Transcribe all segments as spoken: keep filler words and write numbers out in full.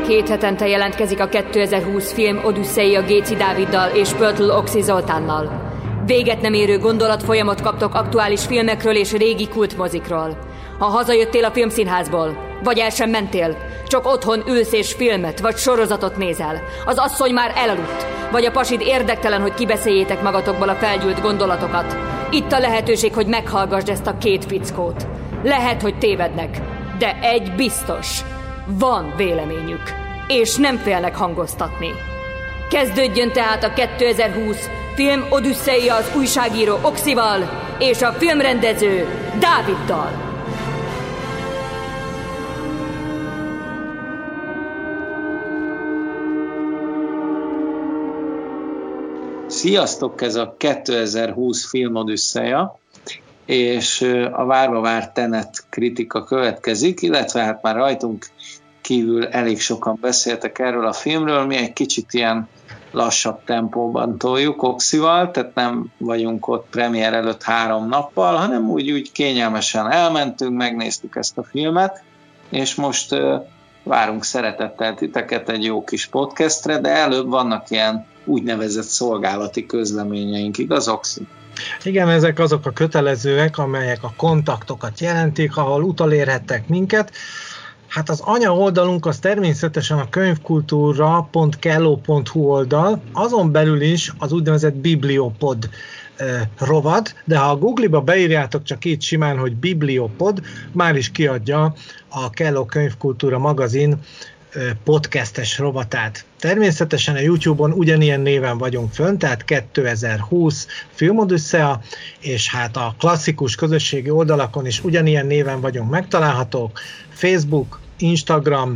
Két hetente jelentkezik a kétezer-húsz film Odüsszei Géci Dáviddal és Pöltl Oxi Zoltánnal. Véget nem érő gondolatfolyamot kaptok aktuális filmekről és régi kultmozikról. Ha hazajöttél a filmszínházból, vagy el sem mentél, csak otthon ülsz és filmet vagy sorozatot nézel, az asszony már elaludt, vagy a pasid érdektelen, hogy kibeszéljétek magatokból a felgyűlt gondolatokat, itt a lehetőség, hogy meghallgassd ezt a két fickót. Lehet, hogy tévednek, de egy biztos. Van véleményük, és nem félnek hangoztatni. Kezdődjön tehát a kétezer-húsz film Odüsszei az újságíró Oxival és a filmrendező Dáviddal. Sziasztok, ez a kétezer-húsz film Odüsszeia, és a várva várt Tenet kritika következik, illetve hát már rajtunk kívül elég sokan beszéltek erről a filmről, mi egy kicsit ilyen lassabb tempóban toljuk Oxival, tehát nem vagyunk ott premier előtt három nappal, hanem úgy, úgy kényelmesen elmentünk, megnéztük ezt a filmet, és most uh, várunk szeretettel titeket egy jó kis podcastre, de előbb vannak ilyen úgynevezett szolgálati közleményeink, igaz, Oxi? Igen, ezek azok a kötelezőek, amelyek a kontaktokat jelentik, ahol utalérhettek minket. Hát az anya oldalunk az természetesen a könyvkultúra pont kelló pont hu oldal, azon belül is az úgynevezett Bibliopod eh, rovat, de ha a Google-ba beírjátok csak így simán, hogy Bibliopod, már is kiadja a Kelló Könyvkultúra magazin eh, podcastes rovatát. Természetesen a YouTube-on ugyanilyen néven vagyunk fönn, tehát kétezer-húsz Filmodüsszea, és hát a klasszikus közösségi oldalakon is ugyanilyen néven vagyunk megtalálhatók, Facebook, Instagram,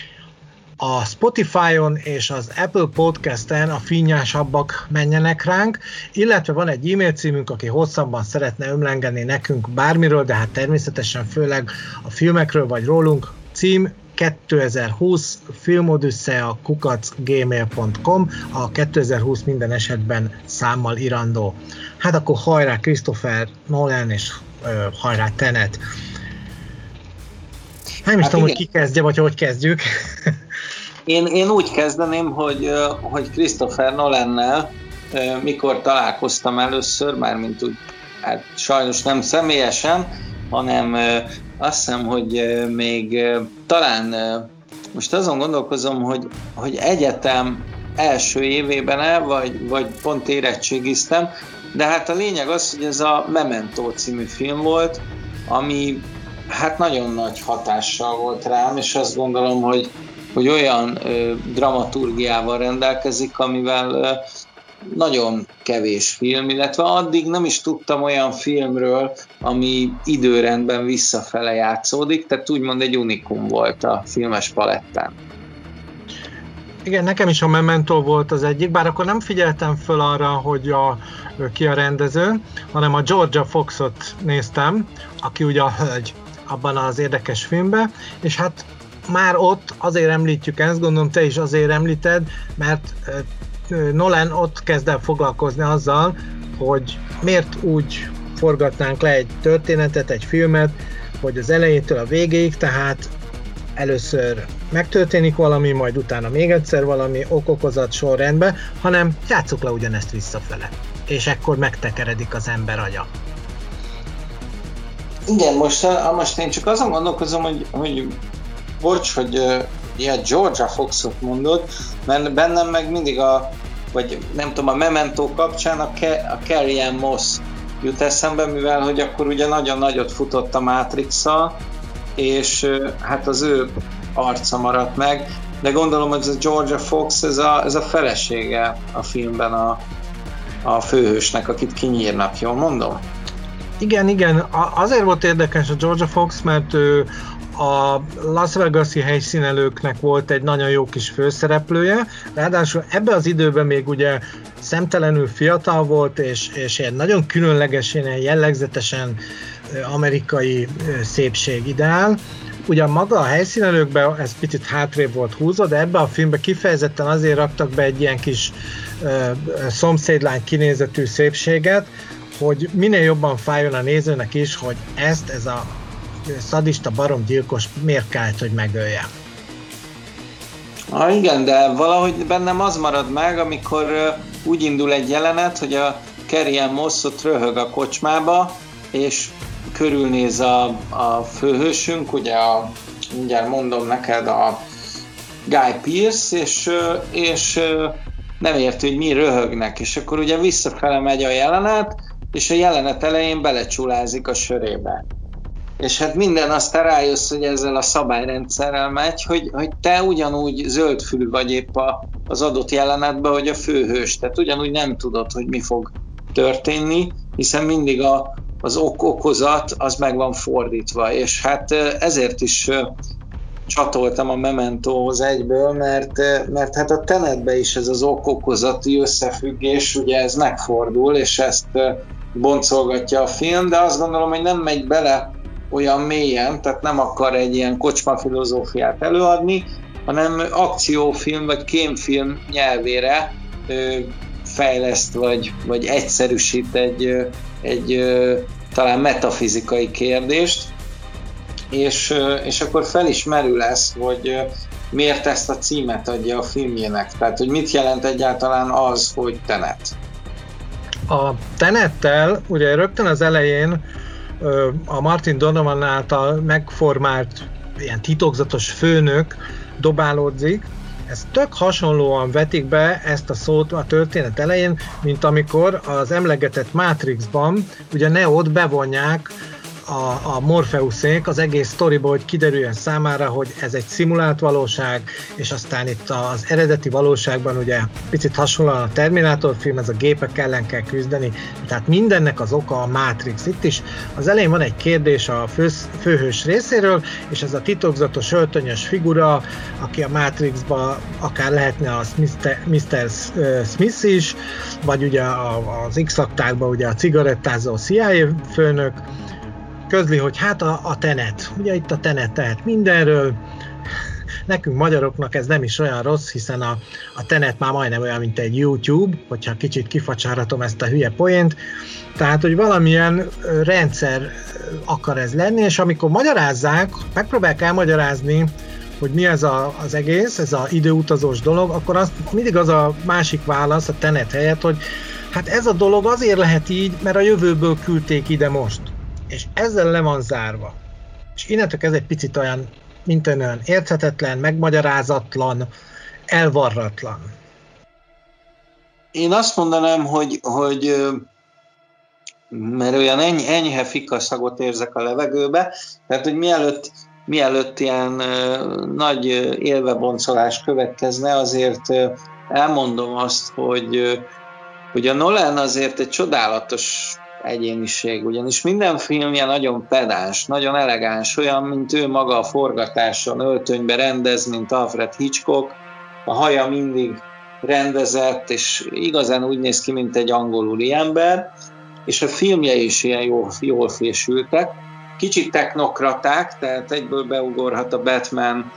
a Spotify-on és az Apple Podcast-en a finnyásabbak menjenek ránk, illetve van egy e-mail címünk, aki hosszabban szeretne ömlengeni nekünk bármiről, de hát természetesen főleg a filmekről vagy rólunk, cím kétezer-húsz filmodüsszea kukac gmail pont com, a kétezer-húsz minden esetben számmal irandó. Hát akkor hajrá Christopher Nolan és ö, hajrá Tenet. Nem is hát tudom, igen, hogy ki kezdje, vagy hogy kezdjük. Én, én úgy kezdeném, hogy, hogy Christopher Nolannel mikor találkoztam először, mármint úgy, hát sajnos nem személyesen, hanem azt hiszem, hogy még talán most azon gondolkozom, hogy, hogy egyetem első évében el, vagy, vagy pont érettségiztem, de hát a lényeg az, hogy ez a Memento című film volt, ami hát nagyon nagy hatással volt rám, és azt gondolom, hogy, hogy olyan ö, dramaturgiával rendelkezik, amivel ö, nagyon kevés film, illetve addig nem is tudtam olyan filmről, ami időrendben visszafele játszódik, tehát úgymond egy unikum volt a filmes palettán. Igen, nekem is a Memento volt az egyik, bár akkor nem figyeltem föl arra, hogy a, ki a rendező, hanem a Georgia Foxot néztem, aki ugye a hölgy abban az érdekes filmben, és hát már ott azért említjük ezt, gondolom te is azért említed, mert Nolan ott kezd el foglalkozni azzal, hogy miért úgy forgatnánk le egy történetet, egy filmet, hogy az elejétől a végéig, tehát először megtörténik valami, majd utána még egyszer valami ok-okozat sorrendben, hanem játsszuk le ugyanezt visszafele. És ekkor megtekeredik az ember agya. Igen, most, most én csak azon gondolkozom, hogy, hogy bocs, hogy uh, ilyen Georgia Foxot mondod, mert bennem meg mindig a, vagy nem tudom, a Memento kapcsán a, Ke- a Carrie-Anne Moss jut eszembe, mivel hogy akkor ugye nagyon nagyot futott a Matrix-szal, és uh, hát az ő arca maradt meg, de gondolom, hogy ez a Georgia Fox, ez a, ez a felesége a filmben a, a főhősnek, akit kinyírnak, jól mondom? Igen, igen. Azért volt érdekes a Georgia Fox, mert ő a Las Vegas-i helyszínelőknek volt egy nagyon jó kis főszereplője, ráadásul ebben az időben még ugye szemtelenül fiatal volt, és, és egy nagyon különleges, ilyen jellegzetesen amerikai szépségideál. Ugyan maga a helyszínelőkben ez picit hátrébb volt húzva, de ebben a filmben kifejezetten azért raktak be egy ilyen kis ö, szomszédlány kinézetű szépséget, hogy minél jobban fájjon a nézőnek is, hogy ezt, ez a szadista baromgyilkos miért kellett, hogy megölje. Ah, igen, de valahogy bennem az marad meg, amikor uh, úgy indul egy jelenet, hogy a Carrie-Anne Moss ott röhög a kocsmába, és körülnéz a, a főhősünk, ugye a, mindjárt mondom neked, a Guy Pearce, és, uh, és uh, nem érti, hogy mi röhögnek, és akkor ugye visszafele megy a jelenet, és a jelenet elején belecsulázik a sörébe. És hát minden aztán rájössz, hogy ezzel a szabályrendszerrel megy, hogy, hogy te ugyanúgy zöldfülű vagy épp az adott jelenetben, hogy a főhős. Tehát ugyanúgy nem tudod, hogy mi fog történni, hiszen mindig a, az ok-okozat az meg van fordítva. És hát ezért is csatoltam a Mementóhoz egyből, mert, mert hát a Tenetben is ez az ok-okozati összefüggés, ugye ez megfordul, és ezt boncolgatja a film, de azt gondolom, hogy nem megy bele olyan mélyen, tehát nem akar egy ilyen kocsma filozófiát előadni, hanem akciófilm vagy kémfilm nyelvére ö, fejleszt vagy, vagy egyszerűsít egy, egy ö, talán metafizikai kérdést, és, ö, és akkor fel is merül lesz, hogy ö, miért ezt a címet adja a filmjének, tehát hogy mit jelent egyáltalán az, hogy Tenet. A Tenettel ugye rögtön az elején a Martin Donovan által megformált ilyen titokzatos főnök dobálódzik. Ez tök hasonlóan vetik be ezt a szót a történet elején, mint amikor az emlegetett Matrixban ugye Neót bevonják a, a Morpheusék az egész sztoriból, hogy kiderüljön számára, hogy ez egy szimulált valóság, és aztán itt az eredeti valóságban ugye picit hasonlóan a Terminátor film, ez a gépek ellen kell küzdeni, tehát mindennek az oka a Matrix. Itt is az elején van egy kérdés a fő, főhős részéről, és ez a titokzatos öltönyös figura, aki a Matrixban akár lehetne az miszter Smith is, vagy ugye az X-aktákban ugye a cigarettázó C I A főnök, közli, hogy hát a, a Tenet, ugye itt a Tenet tehet mindenről, nekünk magyaroknak ez nem is olyan rossz, hiszen a, a Tenet már majdnem olyan, mint egy YouTube, hogyha kicsit kifacsáratom ezt a hülye poént, tehát, hogy valamilyen rendszer akar ez lenni, és amikor magyarázzák, megpróbálják elmagyarázni, hogy mi ez a, az egész, ez az időutazós dolog, akkor az, mindig az a másik válasz a Tenet helyett, hogy hát ez a dolog azért lehet így, mert a jövőből küldték ide most. És ezzel le van zárva. És innentől ez egy picit olyan, mint olyan érthetetlen, megmagyarázatlan, elvarratlan. Én azt mondanám, hogy, hogy mert olyan eny, enyhe fikaszagot érzek a levegőbe, tehát hogy mielőtt, mielőtt ilyen nagy élveboncolás következne, azért elmondom azt, hogy, hogy a Nolan azért egy csodálatos egyéniség, ugyanis minden filmje nagyon pedáns, nagyon elegáns, olyan, mint ő maga a forgatáson, öltönybe rendez, mint Alfred Hitchcock, a haja mindig rendezett, és igazán úgy néz ki, mint egy angol úriember, és a filmjei is ilyen jól, jól fésültek. Kicsit technokraták, tehát egyből beugorhat a Batman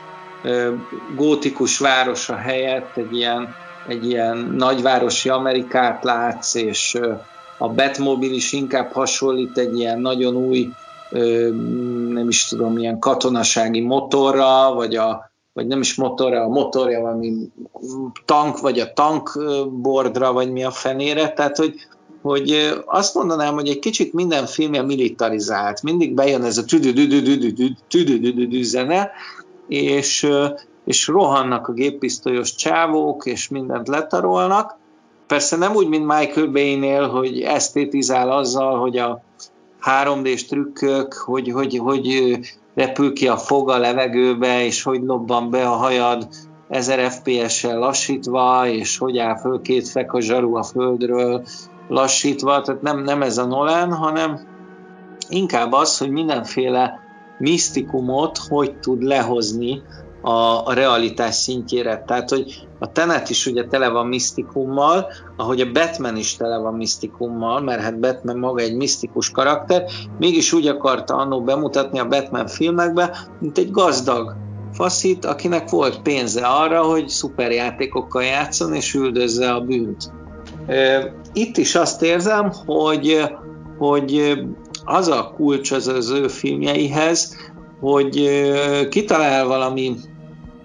gótikus városa helyett, egy ilyen, egy ilyen nagyvárosi Amerikát látsz, és a Batmobile is inkább hasonlít egy ilyen nagyon új, nem is tudom, ilyen katonasági motorra, vagy, a, vagy nem is motorra, a motorja valami tank, vagy a tankbordra, vagy mi a fenére. Tehát, hogy, hogy azt mondanám, hogy egy kicsit minden filmje militarizált. Mindig bejön ez a tüdüdüdüdüdüdüdüdüdüdü zene, és, és rohannak a géppisztolyos csávók, és mindent letarolnak. Persze nem úgy, mint Michael Bay-nél, hogy esztétizál azzal, hogy a három dés trükkök, hogy, hogy, hogy repül ki a fog a levegőbe, és hogy lobban be a hajad ezer ef pé es-sel lassítva, és hogy áll föl két feka zsaru a földről lassítva. Tehát nem, nem ez a Nolan, hanem inkább az, hogy mindenféle misztikumot hogy tud lehozni a, a realitás szintjére. Tehát, hogy a Tenet is ugye tele van misztikummal, ahogy a Batman is tele van misztikummal, mert hát Batman maga egy misztikus karakter, mégis úgy akarta annó bemutatni a Batman filmekbe, mint egy gazdag faszit, akinek volt pénze arra, hogy szuperjátékokkal játszon és üldözze a bűnt. Itt is azt érzem, hogy, hogy az a kulcs az, az ő filmjeihez, hogy kitalál valami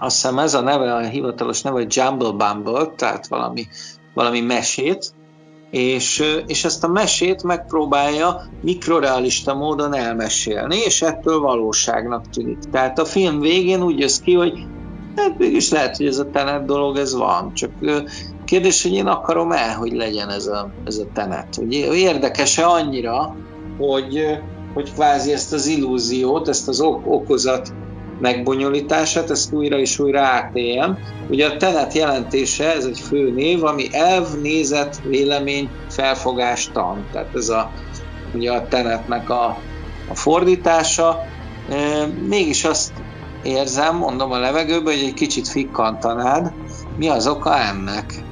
azt hiszem ez a neve, a hivatalos neve, hogy Jumble Bumble, tehát valami, valami mesét, és, és ezt a mesét megpróbálja mikrorealista módon elmesélni, és ettől valóságnak tűnik. Tehát a film végén úgy jössz ki, hogy hát mégis lehet, hogy ez a Tenet dolog, ez van, csak kérdés, hogy én akarom el, hogy legyen ez a, ez a Tenet. Hogy érdekes-e annyira, hogy, hogy kvázi ezt az illúziót, ezt az ok- okozat megbonyolítását, ezt újra és újra átéljem. Ugye a Tenet jelentése, ez egy főnév, ami elv, nézet, vélemény, felfogás, tan. Tehát ez a, ugye a Tenetnek a, a fordítása. E, mégis azt érzem, mondom a levegőben, hogy egy kicsit fikkantanád. Mi az oka ennek?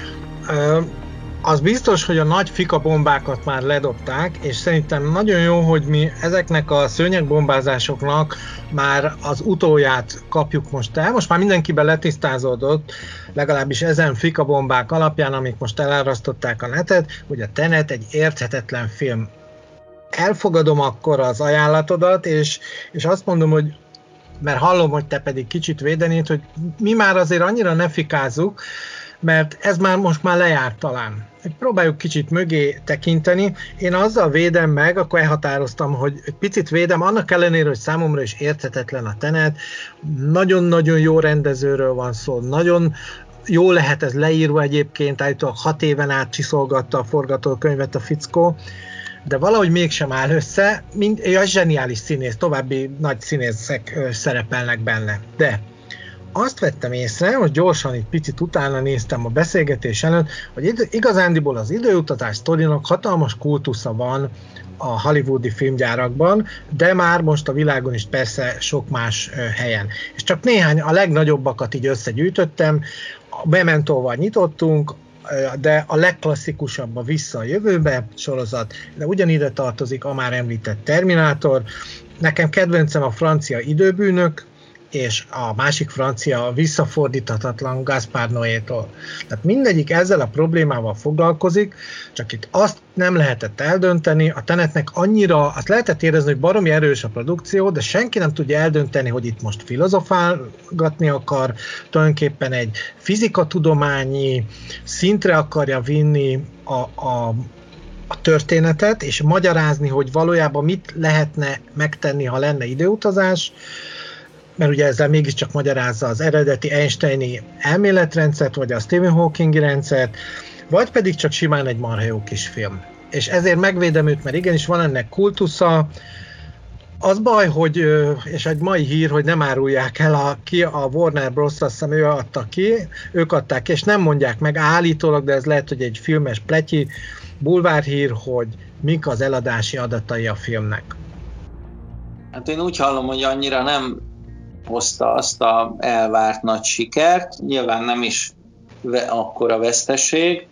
Ö, az biztos, hogy a nagy fikabombákat már ledobták, és szerintem nagyon jó, hogy mi ezeknek a szőnyegbombázásoknak már az utóját kapjuk most el. Most már mindenkiben letisztázódott, legalábbis ezen fikabombák alapján, amik most elárasztották a netet, hogy a Tenet egy érthetetlen film. Elfogadom akkor az ajánlatodat, és, és azt mondom, hogy mert hallom, hogy te pedig kicsit védenéd, hogy mi már azért annyira ne fikázzuk, mert ez már most már lejárt talán. Próbáljuk kicsit mögé tekinteni. Én azzal védem meg, akkor elhatároztam, hogy egy picit védem, annak ellenére, hogy számomra is érthetetlen a Tenet. Nagyon-nagyon jó rendezőről van szó, nagyon jó lehet ez leírva egyébként, állítólag hat éven át csiszolgatta a forgatókönyvet a fickó, de valahogy mégsem áll össze, mind, ja, zseniális színész, további nagy színészek szerepelnek benne. De azt vettem észre, hogy gyorsan egy picit utána néztem a beszélgetés előtt, hogy igazándiból az időutazás sztorinak hatalmas kultusza van a hollywoodi filmgyárakban, de már most a világon is persze sok más helyen. És csak néhány, a legnagyobbakat így összegyűjtöttem, a Mementóval nyitottunk, de a legklasszikusabb a Vissza a jövőbe sorozat, de ugyanide tartozik a már említett Terminátor. Nekem kedvencem a francia Időbűnök, és a másik francia a Visszafordíthatatlan Gaspar Noé-tól. Tehát mindegyik ezzel a problémával foglalkozik, csak itt azt nem lehetett eldönteni, a Tenetnek annyira, azt lehetett érezni, hogy baromi erős a produkció, de senki nem tudja eldönteni, hogy itt most filozofálgatni akar, tulajdonképpen egy fizikatudományi szintre akarja vinni a, a a történetet, és magyarázni, hogy valójában mit lehetne megtenni, ha lenne időutazás, mert ugye ezzel mégiscsak magyarázza az eredeti Einsteini elméletrendszert, vagy a Stephen Hawkingi rendszert, vagy pedig csak simán egy marha jó kis film. És ezért megvédem őt, mert igenis van ennek kultusza. Az baj, hogy, és egy mai hír, hogy nem árulják el a, ki a Warner Bros. Azt hiszem, ő adta ki, ők adták ki, és nem mondják meg állítólag, de ez lehet, hogy egy filmes pletyi bulvárhír, hogy mik az eladási adatai a filmnek. Hát én úgy hallom, hogy annyira nem hozta azt a elvárt nagy sikert, nyilván nem is akkora veszteség.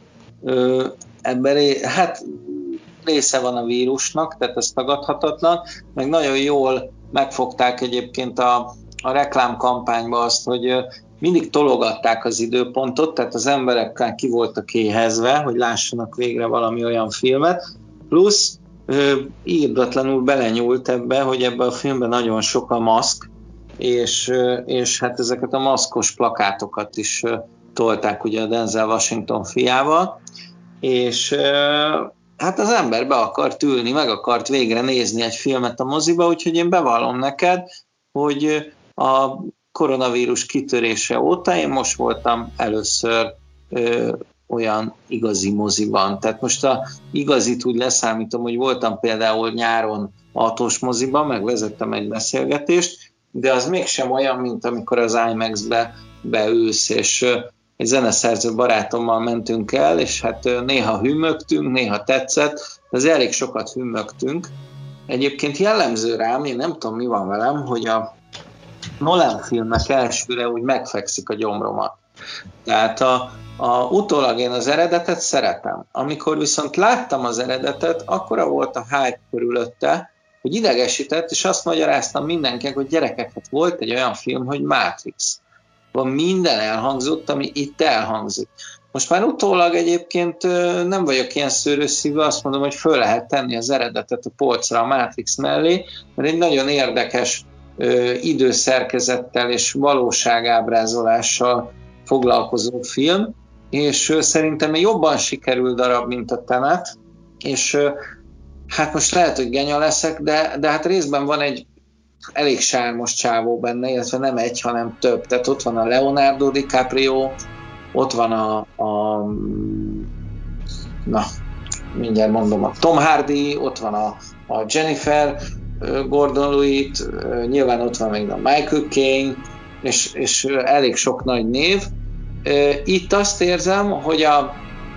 Ebben hát része van a vírusnak, tehát ez tagadhatatlan, meg nagyon jól megfogták egyébként a, a reklámkampányba azt, hogy mindig tologatták az időpontot, tehát az emberekkel ki voltak éhezve, hogy lássanak végre valami olyan filmet, plusz írdatlanul belenyúlt ebbe, hogy ebben a filmben nagyon sok a maszk, és, és hát ezeket a maszkos plakátokat is tolták ugye a Denzel Washington fiával, és hát az ember be akart ülni, meg akart végre nézni egy filmet a moziba, úgyhogy én bevallom neked, hogy a koronavírus kitörése óta én most voltam először ö, olyan igazi moziban. Tehát most a igazit úgy leszámítom, hogy voltam például nyáron autós moziban, meg vezettem egy beszélgetést, de az mégsem olyan, mint amikor az IMAX-be beülsz, és egy zeneszerző barátommal mentünk el, és hát néha hümmögtünk, néha tetszett, de az elég sokat hümmögtünk. Egyébként jellemző rám, én nem tudom, mi van velem, hogy a Nolan filmek elsőre úgy megfekszik a gyomromat. Tehát a, a, utólag én az eredetet szeretem. Amikor viszont láttam az eredetet, akkora volt a hype körülötte, hogy idegesített, és azt magyaráztam mindenkinek, hogy gyerekek, hát volt egy olyan film, hogy Matrix. Van minden elhangzott, ami itt elhangzik. Most már utólag egyébként nem vagyok ilyen szőrösszívű, azt mondom, hogy föl lehet tenni az eredetet a polcra a Matrix mellé, mert egy nagyon érdekes ö, időszerkezettel és valóságábrázolással foglalkozó film, és ö, szerintem jobban sikerül darab, mint a Tenet, és ö, hát most lehet, hogy genya leszek, de, de hát részben van egy elég sármos csávó benne, illetve nem egy, hanem több. Tehát ott van a Leonardo DiCaprio, ott van a, a na, mindjárt mondom, a Tom Hardy, ott van a, a Jennifer Gordon-Levitt, nyilván ott van még a Michael Caine, és, és elég sok nagy név. Itt azt érzem, hogy a,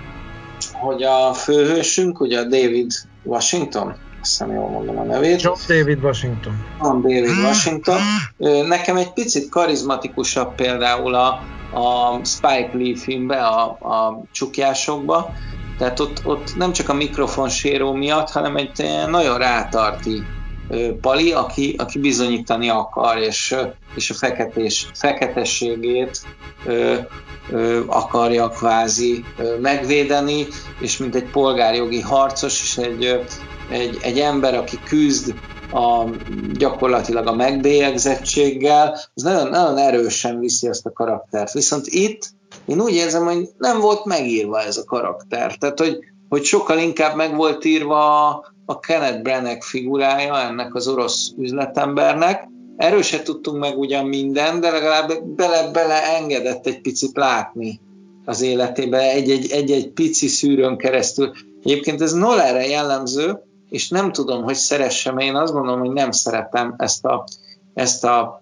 hogy a főhősünk, ugye a David Washington, azt hiszem jól mondom a nevét. John David Washington. John David Washington. Nekem egy picit karizmatikusabb például a, a Spike Lee filmbe, a, a Csukjásokba. Tehát ott, ott nem csak a mikrofonséró miatt, hanem egy nagyon rátarti pali, aki, aki bizonyítani akar, és, és a feketés, feketességét ö, ö, akarja kvázi ö, megvédeni, és mint egy polgárjogi harcos, és egy, egy, egy ember, aki küzd a, gyakorlatilag a megbélyegzettséggel, az nagyon, nagyon erősen viszi ezt a karaktert. Viszont itt én úgy érzem, hogy nem volt megírva ez a karakter. Tehát, hogy, hogy sokkal inkább meg volt írva a, a Kenneth Branagh figurája, ennek az orosz üzletembernek. Erről se tudtunk meg ugyan minden, de legalább bele-bele engedett egy picit látni az életébe, egy-egy, egy-egy pici szűrőn keresztül. Egyébként ez Nolanre jellemző, és nem tudom, hogy szeressem, én azt gondolom, hogy nem szeretem ezt a, ezt a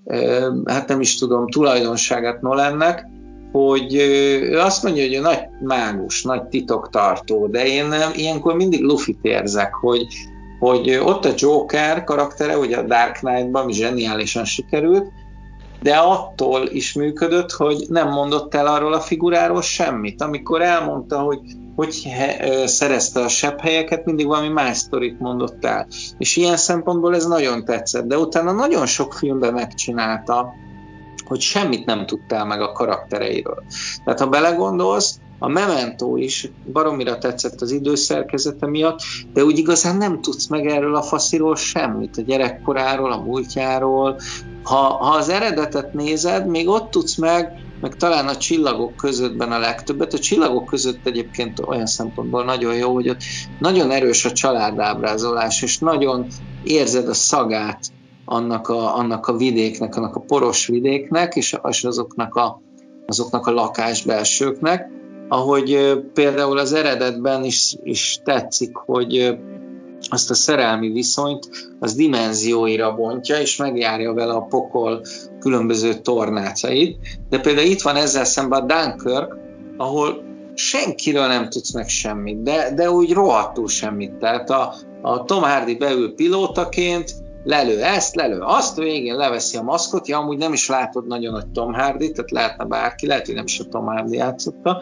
hát nem is tudom, tulajdonságát Nolannek, hogy ő azt mondja, hogy ő nagy mágus, nagy titoktartó, de én ilyenkor mindig lufit érzek, hogy, hogy ott a Joker karaktere, ugye a Dark Knight-ban, ami zseniálisan sikerült, de attól is működött, hogy nem mondott el arról a figuráról semmit. Amikor elmondta, hogy hogy he, szerezte a sebhelyeket, mindig valami más sztorit mondott el. És ilyen szempontból ez nagyon tetszett, de utána nagyon sok filmben megcsinálta, hogy semmit nem tudtál meg a karaktereiről. Tehát ha belegondolsz, a Memento is baromira tetszett az időszerkezete miatt, de úgy igazán nem tudsz meg erről a fasziról semmit, a gyerekkoráról, a múltjáról. Ha, ha az eredetet nézed, még ott tudsz meg, meg talán a Csillagok közöttben a legtöbbet. A Csillagok között egyébként olyan szempontból nagyon jó, hogy ott nagyon erős a családábrázolás, és nagyon érzed a szagát annak a, annak a vidéknek, annak a poros vidéknek, és, és azoknak, a, azoknak a lakásbelsőknek, ahogy például az eredetben is, is tetszik, hogy azt a szerelmi viszonyt az dimenzióira bontja, és megjárja vele a pokol különböző tornácait. De például itt van ezzel szemben a Dunkirk, ahol senkiről nem tudsz meg semmit, de, de úgy rohadtul semmit. Tehát a, a Tom Hardy beül pilótaként, lelő ezt, lelő azt, végén leveszi a maszkot, ja, amúgy nem is látod nagyon, hogy Tom Hardy, tehát lehetne bárki, lehet, hogy nem is a Tom Hardy játszotta,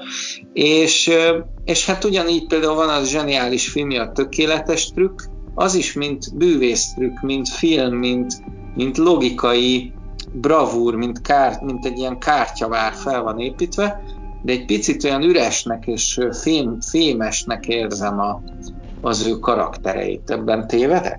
és, és hát ugyanígy például van az zseniális filmje, a Tökéletes trükk, az is mint bűvésztrükk, mint film, mint, mint logikai bravúr, mint, kár, mint egy ilyen kártyavár fel van építve, de egy picit olyan üresnek és fém, fémesnek érzem a, az ő karaktereit. Ebben tévedek?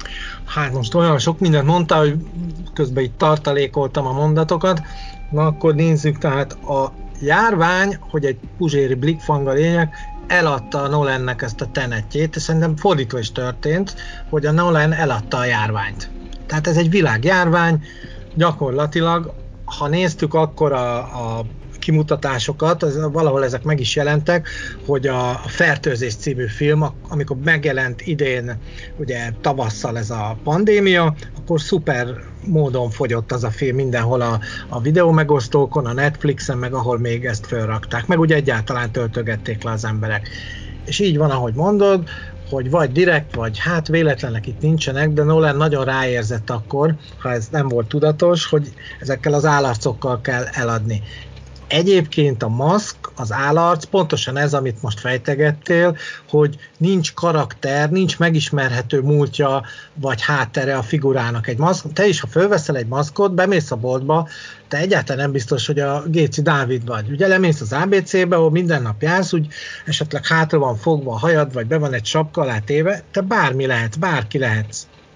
Hát most olyan sok mindent mondtál, hogy közben itt tartalékoltam a mondatokat. Na akkor nézzük, tehát a járvány, hogy egy puzséri blikfang a lényeg, eladta a Nolannek ezt a Tenetjét, és szerintem fordítva is történt, hogy a Nolan eladta a járványt. Tehát ez egy világjárvány, gyakorlatilag, ha néztük akkor a, a kimutatásokat, az, valahol ezek meg is jelentek, hogy a, a Fertőzés című film, amikor megjelent idén, ugye tavasszal ez a pandémia, akkor szuper módon fogyott az a film mindenhol a, a videó megosztókon, a Netflixen, meg ahol még ezt felrakták, meg ugye egyáltalán töltögették le az emberek. És így van, ahogy mondod, hogy vagy direkt, vagy hát véletlenek itt nincsenek, de Nolan nagyon ráérzett akkor, ha ez nem volt tudatos, hogy ezekkel az állarcokkal kell eladni. Egyébként a maszk, az állarc, pontosan ez, amit most fejtegettél, hogy nincs karakter, nincs megismerhető múltja, vagy háttere a figurának egy maszk. Te is, ha fölveszel egy maszkot, bemész a boltba, te egyáltalán nem biztos, hogy a Géci Dávid vagy. Ugye lemész az á bé cé-be, ahol minden nap jársz, úgy esetleg hátra van fogva a hajad, vagy be van egy sapka alá téve, te bármi lehetsz, bárki lehetsz.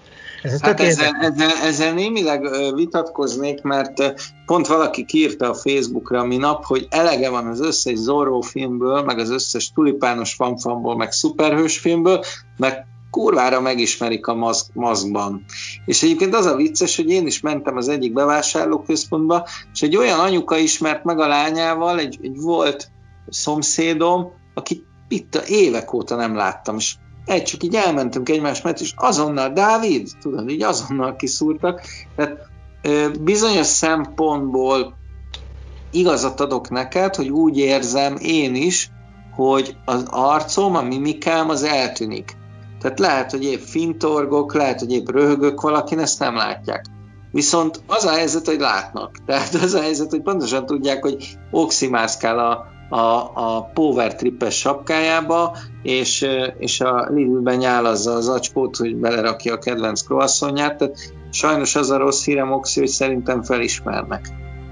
Ez hát ezzel, ezzel, ezzel némileg vitatkoznék, mert pont valaki írta a Facebookra minap, hogy elege van az összes Zorro filmből, meg az összes tulipános fanfanból, meg szuperhős filmből, mert kurvára megismerik a maszk, maszkban. És egyébként az a vicces, hogy én is mentem az egyik bevásárlóközpontba, és egy olyan anyuka ismert meg a lányával, egy, egy volt szomszédom, akit itt évek óta nem láttam, és egy csak így elmentünk egymás mellett, és azonnal, Dávid, tudod, így azonnal kiszúrtak. Tehát bizonyos szempontból igazat adok neked, hogy úgy érzem én is, hogy az arcom, a mimikám az eltűnik. Tehát lehet, hogy épp fintorgok, lehet, hogy épp röhögök valakin, ezt nem látják. Viszont az a helyzet, hogy látnak. Tehát az a helyzet, hogy pontosan tudják, hogy oximászkál a, a, a power trippes sapkájába, és, és a Lidlben nyálazza az acskót, hogy belerakja a kedvenc croissantját. Tehát sajnos az a rossz hírem, Oxi, hogy szerintem felismernek.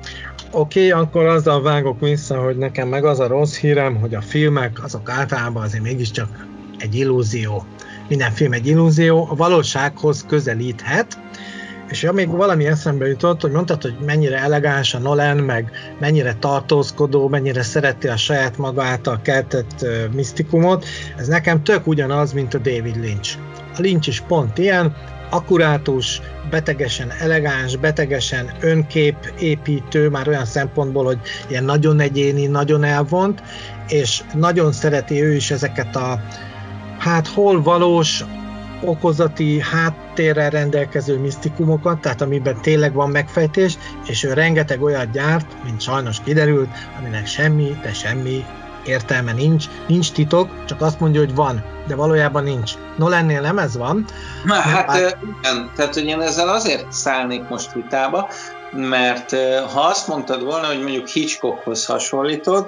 Oké, okay, akkor azzal vágok vissza, hogy nekem meg az a rossz hírem, hogy a filmek azok általában azért mégiscsak egy illúzió. Minden film egy illúzió, a valósághoz közelíthet, és ja, még valami eszembe jutott, hogy mondtad, hogy mennyire elegáns a Nolan, meg mennyire tartózkodó, mennyire szereti a saját maga által keltett uh, misztikumot, ez nekem tök ugyanaz, mint a David Lynch. A Lynch is pont ilyen, akkurátus, betegesen elegáns, betegesen önképépítő, már olyan szempontból, hogy ilyen nagyon egyéni, nagyon elvont, és nagyon szereti ő is ezeket a hát hol valós, okozati háttérrel rendelkező misztikumokat, tehát amiben tényleg van megfejtés, és ő rengeteg olyat gyárt, mint sajnos kiderült, aminek semmi, de semmi értelme nincs, nincs titok, csak azt mondja, hogy van, de valójában nincs. Nolannél nem ez van. Na, hát bár... igen, tehát hogy én ezzel azért szállnék most vitába, mert ha azt mondtad volna, hogy mondjuk Hitchcockhoz hasonlítod,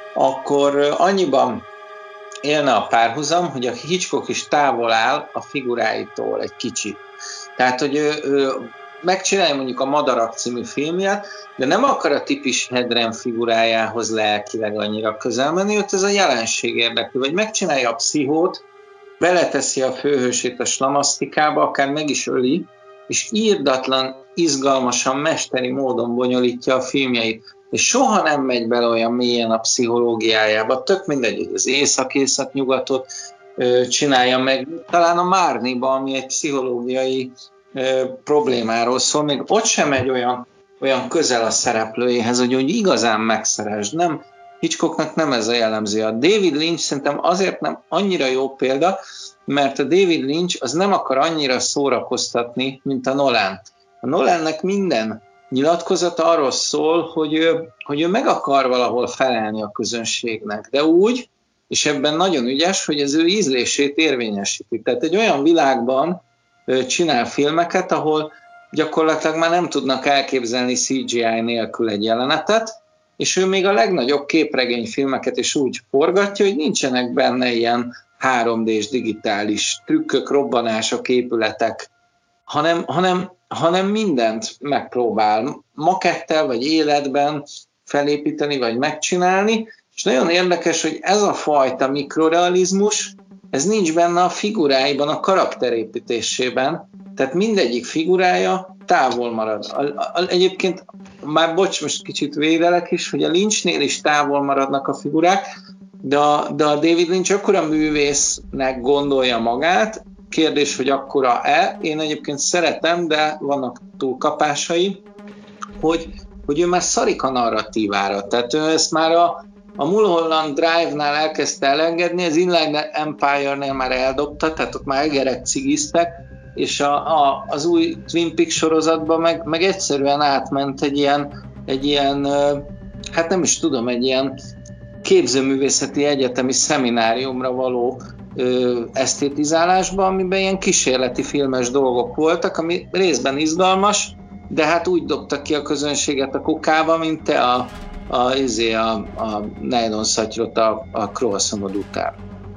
akkor annyiban élne a párhuzam, hogy a Hitchcock is távol áll a figuráitól egy kicsit. Tehát, hogy ő, ő megcsinálja mondjuk a Madarak című filmjét, de nem akar a tipis Hedren figurájához lelkileg annyira közel menni, őt ez a jelenség érdekli, vagy megcsinálja a Pszichót, beleteszi a főhősét a slamasztikába, akár meg is öli, és írdatlan, izgalmasan, mesteri módon bonyolítja a filmjeit. És soha nem megy bele olyan mélyen a pszichológiájába, tök mindegy, hogy az észak-észak-nyugatot ö, csinálja meg, talán a Márniba, ami egy pszichológiai ö, problémáról szól, még ott sem megy olyan, olyan közel a szereplőjéhez, hogy, hogy igazán megszeresd. Nem, Hitchcocknak nem ez a jellemző. A David Lynch szerintem azért nem annyira jó példa, mert a David Lynch az nem akar annyira szórakoztatni, mint a Nolan. A Nolannek minden nyilatkozata arról szól, hogy ő, hogy ő meg akar valahol felelni a közönségnek, de úgy, és ebben nagyon ügyes, hogy az ő ízlését érvényesíti. Tehát egy olyan világban csinál filmeket, ahol gyakorlatilag már nem tudnak elképzelni cé gé í nélkül egy jelenetet, és ő még a legnagyobb képregényfilmeket is úgy forgatja, hogy nincsenek benne ilyen három dés digitális trükkök, robbanások, épületek, hanem, hanem hanem mindent megpróbál makettel vagy életben felépíteni, vagy megcsinálni, és nagyon érdekes, hogy ez a fajta mikrorealizmus, ez nincs benne a figuráiban, a karakterépítésében, tehát mindegyik figurája távol marad. A, a, egyébként, már bocs, most kicsit védelek is, hogy a Lynchnél is távol maradnak a figurák, de a, de a David Lynch akkora művésznek gondolja magát, kérdés, hogy akkora-e, én egyébként szeretem, de vannak túlkapásai, hogy, hogy ő már szarik a narratívára. Tehát ő ezt már a, a Mulholland Drive-nál elkezdte elengedni, az Inland Empire-nél már eldobta, tehát ott már egerek cigiztek, és a, a, az új Twin Peaks sorozatban meg, meg egyszerűen átment egy ilyen, egy ilyen, hát nem is tudom, egy ilyen képzőművészeti egyetemi szemináriumra való ö, esztétizálásba, amiben ilyen kísérleti filmes dolgok voltak, ami részben izgalmas, de hát úgy dobtak ki a közönséget a kukába, mint te a, a, a, a nylon szatyrot a, a croissantod után.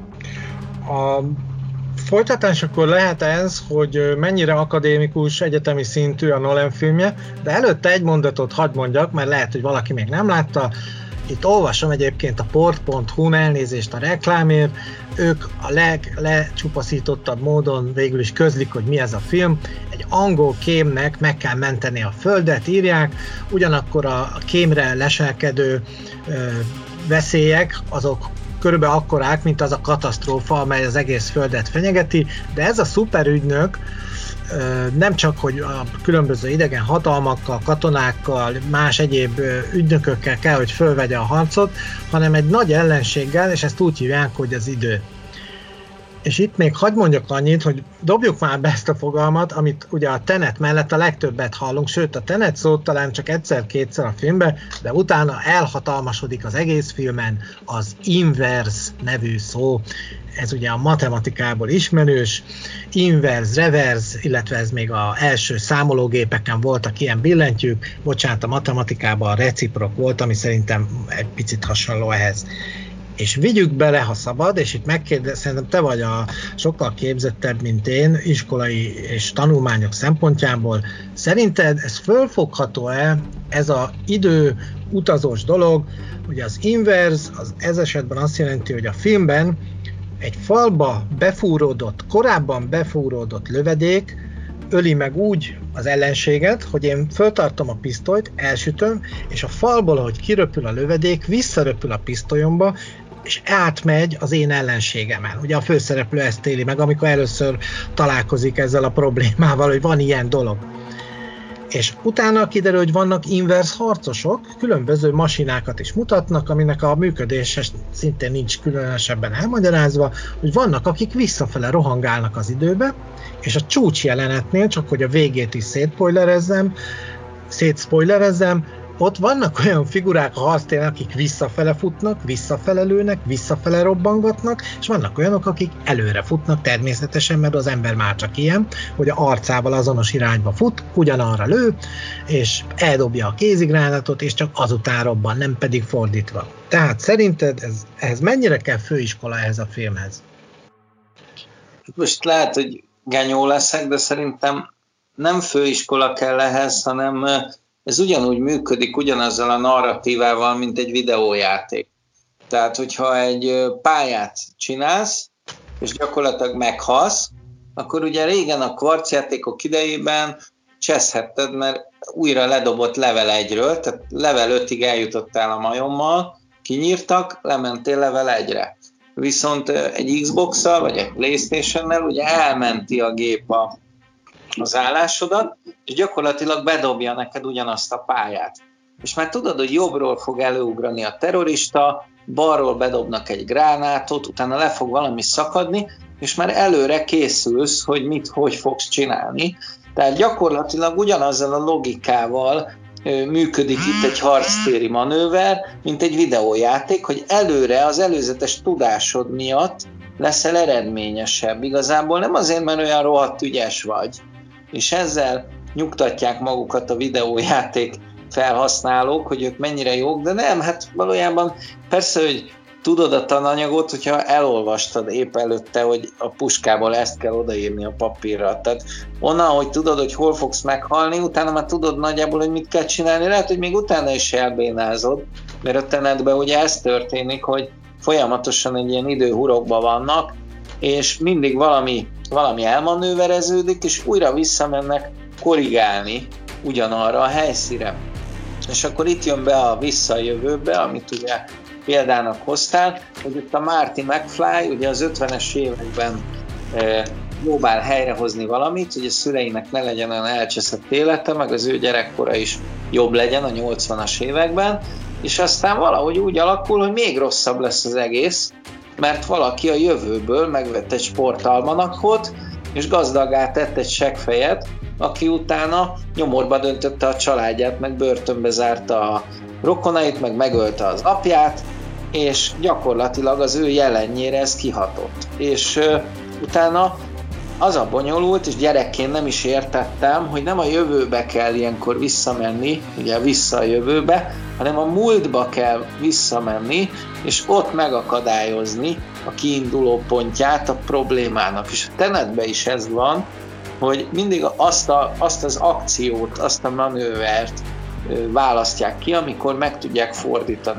A folytatás akkor lehet ez, hogy mennyire akadémikus, egyetemi szintű a Nolan filmje, de előtte egy mondatot hadd mondjak, mert lehet, hogy valaki még nem látta. Itt olvasom egyébként a port pont hu-n, elnézést a reklámért, ők a leglecsupaszítottabb módon végül is közlik, hogy mi ez a film. Egy angol kémnek meg kell menteni a földet, írják, ugyanakkor a kémre leselkedő ö, veszélyek, azok körülbelül akkorák, mint az a katasztrófa, amely az egész földet fenyegeti, de ez a szuperügynök nem csak, hogy a különböző idegen hatalmakkal, katonákkal, más egyéb ügynökökkel kell, hogy fölvegye a harcot, hanem egy nagy ellenséggel, és ezt úgy hívják, hogy az idő. És itt még hadd mondjak annyit, hogy dobjuk már be ezt a fogalmat, amit ugye a Tenet mellett a legtöbbet hallunk, sőt a Tenet szót talán csak egyszer-kétszer a filmben, de utána elhatalmasodik az egész filmen az inverse nevű szó. Ez ugye a matematikából ismerős, inverse, reverse, illetve ez még az első számológépeken voltak ilyen billentyűk, bocsánat, a matematikában a reciprok volt, ami szerintem egy picit hasonló ehhez. És vigyük bele, ha szabad, és itt megkérdez, szerintem te vagy a sokkal képzettebb, mint én, iskolai és tanulmányok szempontjából. Szerinted ez fölfogható-e, ez az idő utazós dolog? Ugye az inverse, az ez esetben azt jelenti, hogy a filmben egy falba befúródott, korábban befúródott lövedék öli meg úgy az ellenséget, hogy én föltartom a pisztolyt, elsütöm, és a falból, ahogy kiröpül a lövedék, visszaröpül a pisztolyomba, és átmegy az én ellenségemen. Ugye a főszereplő ezt éli meg, amikor először találkozik ezzel a problémával, hogy van ilyen dolog. És utána kiderül, hogy vannak inverse harcosok, különböző masinákat is mutatnak, aminek a működése szintén nincs különösebben elmagyarázva, hogy vannak, akik visszafele rohangálnak az időbe, és a csúcs jelenetnél, csak hogy a végét is szétspoilerezzem, szétszpoilerezzem, ott vannak olyan figurák a harctéren, akik visszafele futnak, visszafele lőnek, visszafele robbangatnak, és vannak olyanok, akik előre futnak természetesen, mert az ember már csak ilyen, hogy a arcával azonos irányba fut, ugyanarra lő, és eldobja a kézigránátot, és csak azután robban, nem pedig fordítva. Tehát szerinted ez, ehhez mennyire kell főiskola ehhez a filmhez? Most lehet, hogy genyó leszek, de szerintem nem főiskola kell ehhez, hanem ez ugyanúgy működik, ugyanazzal a narratívával, mint egy videójáték. Tehát, hogyha egy pályát csinálsz, és gyakorlatilag meghalsz, akkor ugye régen a kvarcjátékok idejében cseszhetted, mert újra ledobott level egyről, tehát level ötig eljutottál a majommal, kinyírtak, lementél level egyre. Viszont egy Xbox-szal, vagy egy PlayStation-nel ugye elmenti a gép a az állásodat, és gyakorlatilag bedobja neked ugyanazt a pályát. És már tudod, hogy jobbról fog előugrani a terrorista, balról bedobnak egy gránátot, utána le fog valami szakadni, és már előre készülsz, hogy mit, hogy fogsz csinálni. Tehát gyakorlatilag ugyanazzal a logikával működik itt egy harctéri manőver, mint egy videójáték, hogy előre az előzetes tudásod miatt leszel eredményesebb. Igazából nem azért, mert olyan rohadt ügyes vagy, és ezzel nyugtatják magukat a videójáték felhasználók, hogy ők mennyire jók, de nem, hát valójában persze, hogy tudod a tananyagot, hogyha elolvastad épp előtte, hogy a puskából ezt kell odaírni a papírra. Tehát onnan, hogy tudod, hogy hol fogsz meghalni, utána már tudod nagyjából, hogy mit kell csinálni, lehet, hogy még utána is elbénázod, mert a Tenetben ugye ez történik, hogy folyamatosan egy ilyen időhurokban vannak, és mindig valami, valami elmanővereződik, és újra visszamennek korrigálni ugyanarra a helyszínre. És akkor itt jön be a visszajövőbe, amit ugye példának hoztál, hogy itt a Marty McFly ugye az ötvenes években e, próbál helyrehozni valamit, hogy a szüleinek ne legyen olyan elcseszett élete, meg az ő gyerekkora is jobb legyen a nyolcvanas években, és aztán valahogy úgy alakul, hogy még rosszabb lesz az egész, mert valaki a jövőből megvett egy sportalmanakot, és gazdaggá tett egy seggfejet, aki utána nyomorba döntötte a családját, meg börtönbe zárta a rokonait, meg megölte az apját, és gyakorlatilag az ő jelenjére ez kihatott. És uh, utána az a bonyolult, és gyerekként nem is értettem, hogy nem a jövőbe kell ilyenkor visszamenni, ugye vissza a jövőbe, hanem a múltba kell visszamenni, és ott megakadályozni a kiinduló pontját a problémának. És a Tenetben is ez van, hogy mindig azt, a, azt az akciót, azt a manővert választják ki, amikor meg tudják fordítani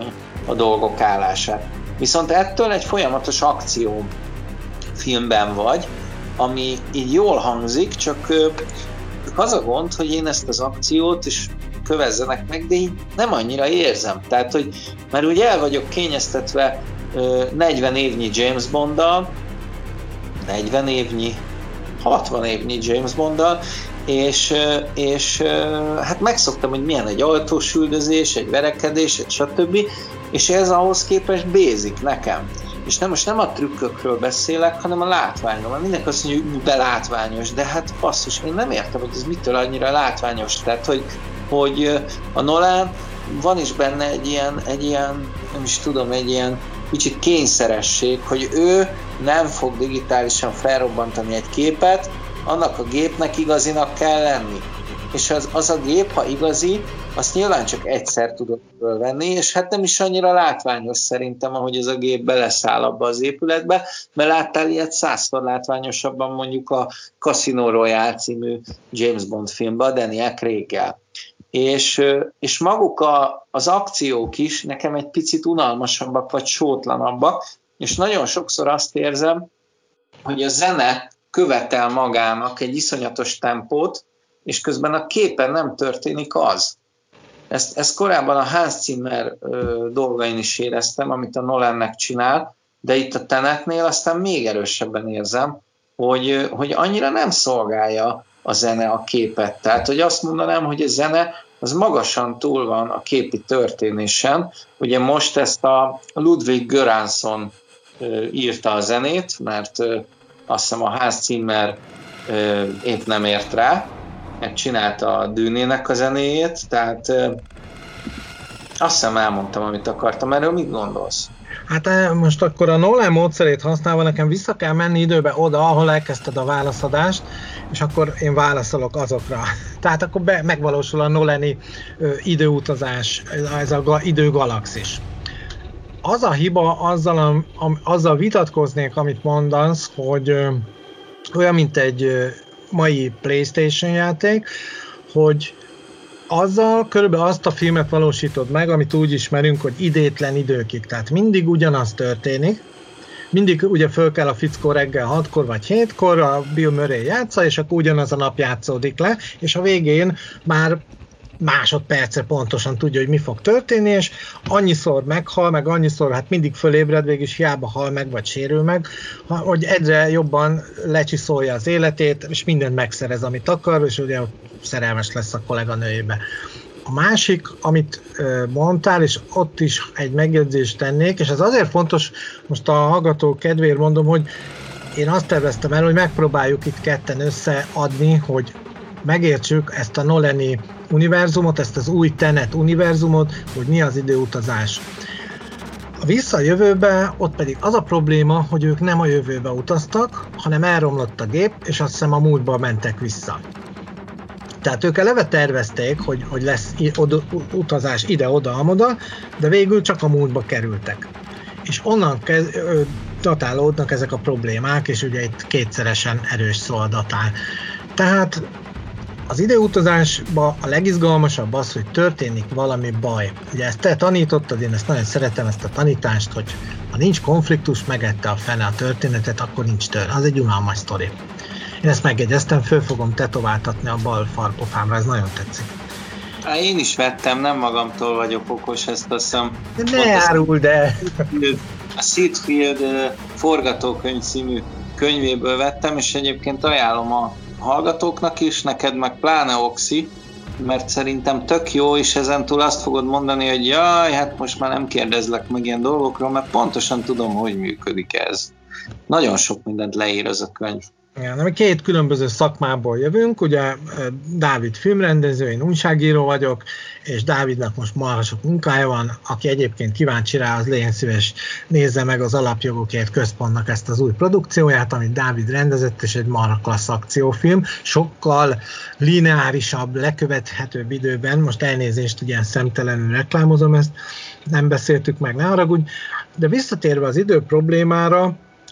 a dolgok állását. Viszont ettől egy folyamatos akció filmben vagy, ami így jól hangzik, csak az a gond, hogy én ezt az akciót is kövezzenek meg, de így nem annyira érzem. Tehát, hogy már úgy el vagyok kényeztetve negyven évnyi James Bonddal, negyven évnyi, hatvan évnyi James Bonddal, és, és hát megszoktam, hogy milyen egy autós üldözés, egy verekedés, egy stb. És ez ahhoz képest basic nekem. És nem, most nem a trükkökről beszélek, hanem a látványról. Mindenki azt mondja, hogy de látványos, de hát basszus, én nem értem, hogy ez mitől annyira látványos. Tehát, hogy, hogy a Nolan van is benne egy ilyen, egy ilyen, nem is tudom, egy ilyen kicsit kényszeresség, hogy ő nem fog digitálisan felrobbantani egy képet, annak a gépnek igazinak kell lenni. És az, az a gép, ha igazi, azt nyilván csak egyszer tudod fölvenni, és hát nem is annyira látványos szerintem, ahogy ez a gép beleszáll abba az épületbe, mert láttál ilyet százszor látványosabban mondjuk a Casino Royale című James Bond filmben, a Daniel Craig-gel. És, és maguk a, az akciók is nekem egy picit unalmasabbak, vagy sótlanabbak, és nagyon sokszor azt érzem, hogy a zene követel magának egy iszonyatos tempót, és közben a képen nem történik az. Ezt, ezt korábban a Hans Zimmer ö, dolgain is éreztem, amit a Nolannek csinál, de itt a Tenetnél aztán még erősebben érzem, hogy, hogy annyira nem szolgálja a zene a képet. Tehát, hogy azt mondanám, hogy a zene az magasan túl van a képi történésen. Ugye most ezt a Ludwig Göransson ö, írta a zenét, mert ö, azt hiszem a Hans Zimmer ö, épp nem ért rá, csinálta a Dűnének a zenéjét, tehát ö, azt hiszem elmondtam, amit akartam. Erről mit gondolsz? Hát most akkor a Nolan módszerét használva nekem vissza kell menni időbe oda, ahol elkezdted a válaszadást, és akkor én válaszolok azokra. Tehát akkor be, megvalósul a Nolani ö, időutazás, ez a ga, időgalaxis. Az a hiba, azzal, a, a, azzal vitatkoznék, amit mondasz, hogy ö, olyan, mint egy ö, mai PlayStation játék, hogy azzal körülbelül azt a filmet valósítod meg, amit úgy ismerünk, hogy idétlen időkig. Tehát mindig ugyanaz történik. Mindig ugye föl kell a fickó reggel hatkor vagy hétkor, a Bill Murray játsza, és akkor ugyanaz a nap játszódik le, és a végén már másodpercre pontosan tudja, hogy mi fog történni, és annyiszor meghal, meg annyiszor, hát mindig fölébred, végig hiába hal meg, vagy sérül meg, hogy egyre jobban lecsiszolja az életét, és mindent megszerez, amit akar, és ugye szerelmes lesz a kolléganőjébe. A másik, amit mondtál, és ott is egy megjegyzést tennék, és ez azért fontos, most a hallgató kedvéért mondom, hogy én azt terveztem el, hogy megpróbáljuk itt ketten összeadni, hogy megértsük ezt a Nolani univerzumot, ezt az új Tenet univerzumot, hogy mi az időutazás. A Vissza a jövőbe, ott pedig az a probléma, hogy ők nem a jövőbe utaztak, hanem elromlott a gép, és azt hiszem a múltba mentek vissza. Tehát ők eleve tervezték, hogy, hogy lesz oda, utazás ide-oda-amoda, de végül csak a múltba kerültek. És onnan kez, ö, datálódnak ezek a problémák, és ugye itt kétszeresen erős szó a datál. Tehát az időutazásban a legizgalmasabb az, hogy történik valami baj. Ugye ezt te tanítottad, én ezt nagyon szeretem, ezt a tanítást, hogy ha nincs konfliktus, megette a fene a történetet, akkor nincs tör. Az egy unalmas sztori. Én ezt megjegyeztem, föl fogom tetováltatni a bal farpofámra, ez nagyon tetszik. Há, én is vettem, nem magamtól vagyok okos, ezt azt hiszem. De ne árul, de... A Sitfield forgatókönyv című könyvéből vettem, és egyébként ajánlom a hallgatóknak is, neked meg pláne Oxi, mert szerintem tök jó, és ezentúl azt fogod mondani, hogy jaj, hát most már nem kérdezlek meg ilyen dolgokról, mert pontosan tudom, hogy működik ez. Nagyon sok mindent leír ez a könyv. Ja, mi két különböző szakmából jövünk, ugye Dávid filmrendező, én újságíró vagyok, és Dávidnak most marha sok munkája van, aki egyébként kíváncsi rá, az legyen szíves, nézze meg az Alapjogokért Központnak ezt az új produkcióját, amit Dávid rendezett, és egy marha klassz akciófilm, sokkal lineárisabb, lekövethetőbb időben, most elnézést, ugye szemtelenül reklámozom ezt, nem beszéltük meg, ne haragudj, de visszatérve az idő problémára,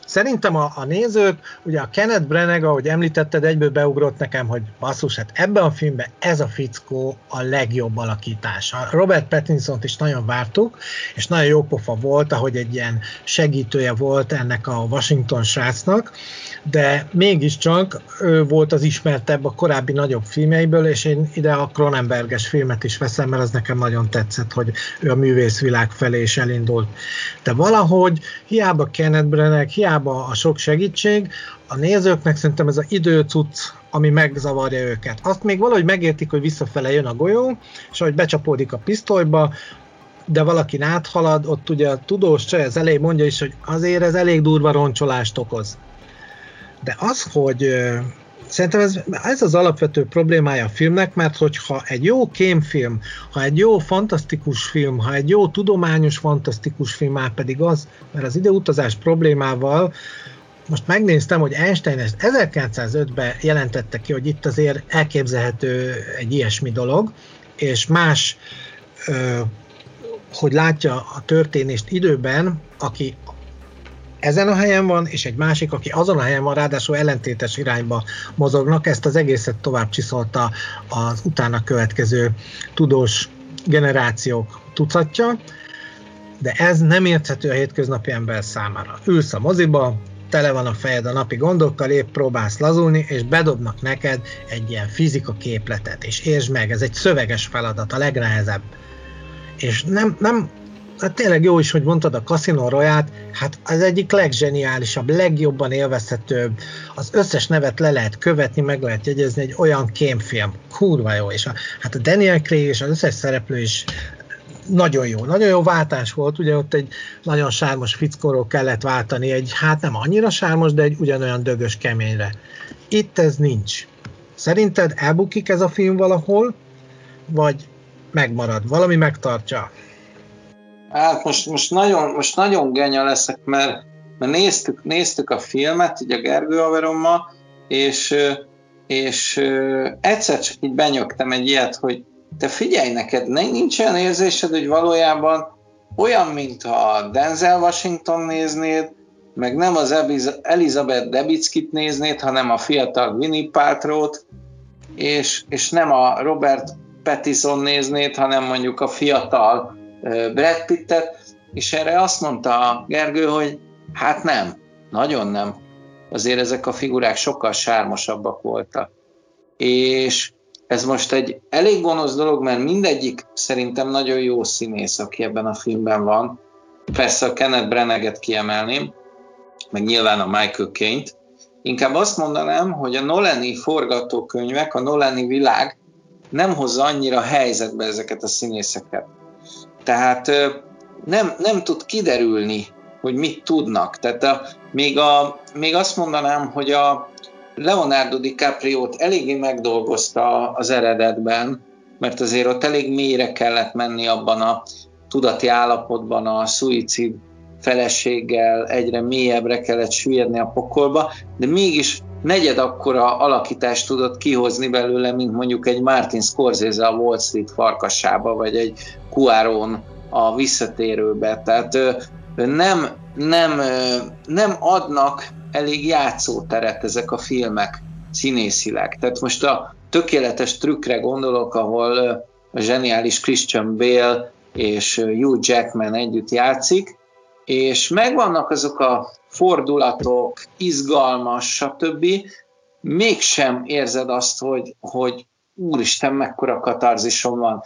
Szerintem a, a nézők, ugye a Kenneth Branagh, ahogy említetted, egyből beugrott nekem, hogy basszus, hát ebben a filmben ez a fickó a legjobb alakítás. A Robert Pattinsont is nagyon vártuk, és nagyon jó pofa volt, ahogy egy ilyen segítője volt ennek a Washington srácnak, de mégiscsak ő volt az ismertebb a korábbi nagyobb filmjeiből, és én ide a Cronenberges filmet is veszem, mert az nekem nagyon tetszett, hogy ő a művészvilág felé is elindult. De valahogy hiába Kenneth Branagh, hiába a sok segítség, a nézőknek szerintem ez az időcucc, ami megzavarja őket. Azt még valahogy megértik, hogy visszafele jön a golyó, és ahogy becsapódik a pisztolyba, de valakin áthalad, ott ugye a tudós csaj az elején mondja is, hogy azért ez elég durva roncsolást okoz. De az, hogy szerintem ez, ez az alapvető problémája a filmnek, mert hogyha egy jó kémfilm, ha egy jó fantasztikus film, ha egy jó tudományos fantasztikus film, már pedig az, mert az időutazás problémával, most megnéztem, hogy Einstein ezt ezerkilencszázötben jelentette ki, hogy itt azért elképzelhető egy ilyesmi dolog, és más, hogy látja a történést időben, aki ezen a helyen van, és egy másik, aki azon a helyen van, ráadásul ellentétes irányba mozognak, ezt az egészet tovább csiszolta az utána következő tudós generációk tucatja, de ez nem érthető a hétköznapi ember számára. Ülsz a moziba, tele van a fejed a napi gondokkal, épp próbálsz lazulni, és bedobnak neked egy ilyen fizika képletet, és értsd meg, ez egy szöveges feladat, a legnehezebb. És nem, nem hát tényleg jó is, hogy mondtad a Casino Royale-t, hát az egyik legzseniálisabb, legjobban élvezhetőbb, az összes nevet le lehet követni, meg lehet jegyezni, egy olyan kémfilm, kurva jó, és a, hát a Daniel Craig és az összes szereplő is nagyon jó, nagyon jó váltás volt, ugye ott egy nagyon sármos fickóról kellett váltani, egy hát nem annyira sármos, de egy ugyanolyan dögös keményre. Itt ez nincs. Szerinted elbukik ez a film valahol, vagy megmarad, valami megtartja? Hát most, most, nagyon, most nagyon genya leszek, mert, mert néztük, néztük a filmet, így a Gergő haverommal, és, és egyszer csak így benyögtem egy ilyet, hogy te figyelj, neked nincs olyan érzésed, hogy valójában olyan, mintha Denzel Washington néznéd, meg nem az Elizabeth Debickit néznéd, hanem a fiatal Gwyneth Paltrowt, és, és nem a Robert Pattinson néznéd, hanem mondjuk a fiatal Brad Pittet, és erre azt mondta a Gergő, hogy hát nem, nagyon nem. Azért ezek a figurák sokkal sármosabbak voltak. És ez most egy elég gonosz dolog, mert mindegyik szerintem nagyon jó színész, aki ebben a filmben van. Persze a Kenneth Branagh-et kiemelném, meg nyilván a Michael Caine-t. Inkább azt mondanám, hogy a Nolani forgatókönyvek, a Nolani világ nem hozza annyira helyzetbe ezeket a színészeket. Tehát nem, nem tud kiderülni, hogy mit tudnak. Tehát a, még, a, még azt mondanám, hogy a Leonardo DiCaprio-t eléggé megdolgozta az eredetben, mert azért ott elég mélyre kellett menni abban a tudati állapotban, a szuicid feleséggel egyre mélyebbre kellett süllyedni a pokolba, de mégis negyed akkora alakítást tudott kihozni belőle, mint mondjuk egy Martin Scorsese a Wall Street farkasába, vagy egy Cuarón a Visszatérőbe. Tehát nem, nem, nem adnak elég játszóteret ezek a filmek színészileg. Tehát most a tökéletes trükkre gondolok, ahol a zseniális Christian Bale és Hugh Jackman együtt játszik, és megvannak azok a fordulatok, izgalmas, stb. Mégsem érzed azt, hogy, hogy úristen, mekkora katarzisom van.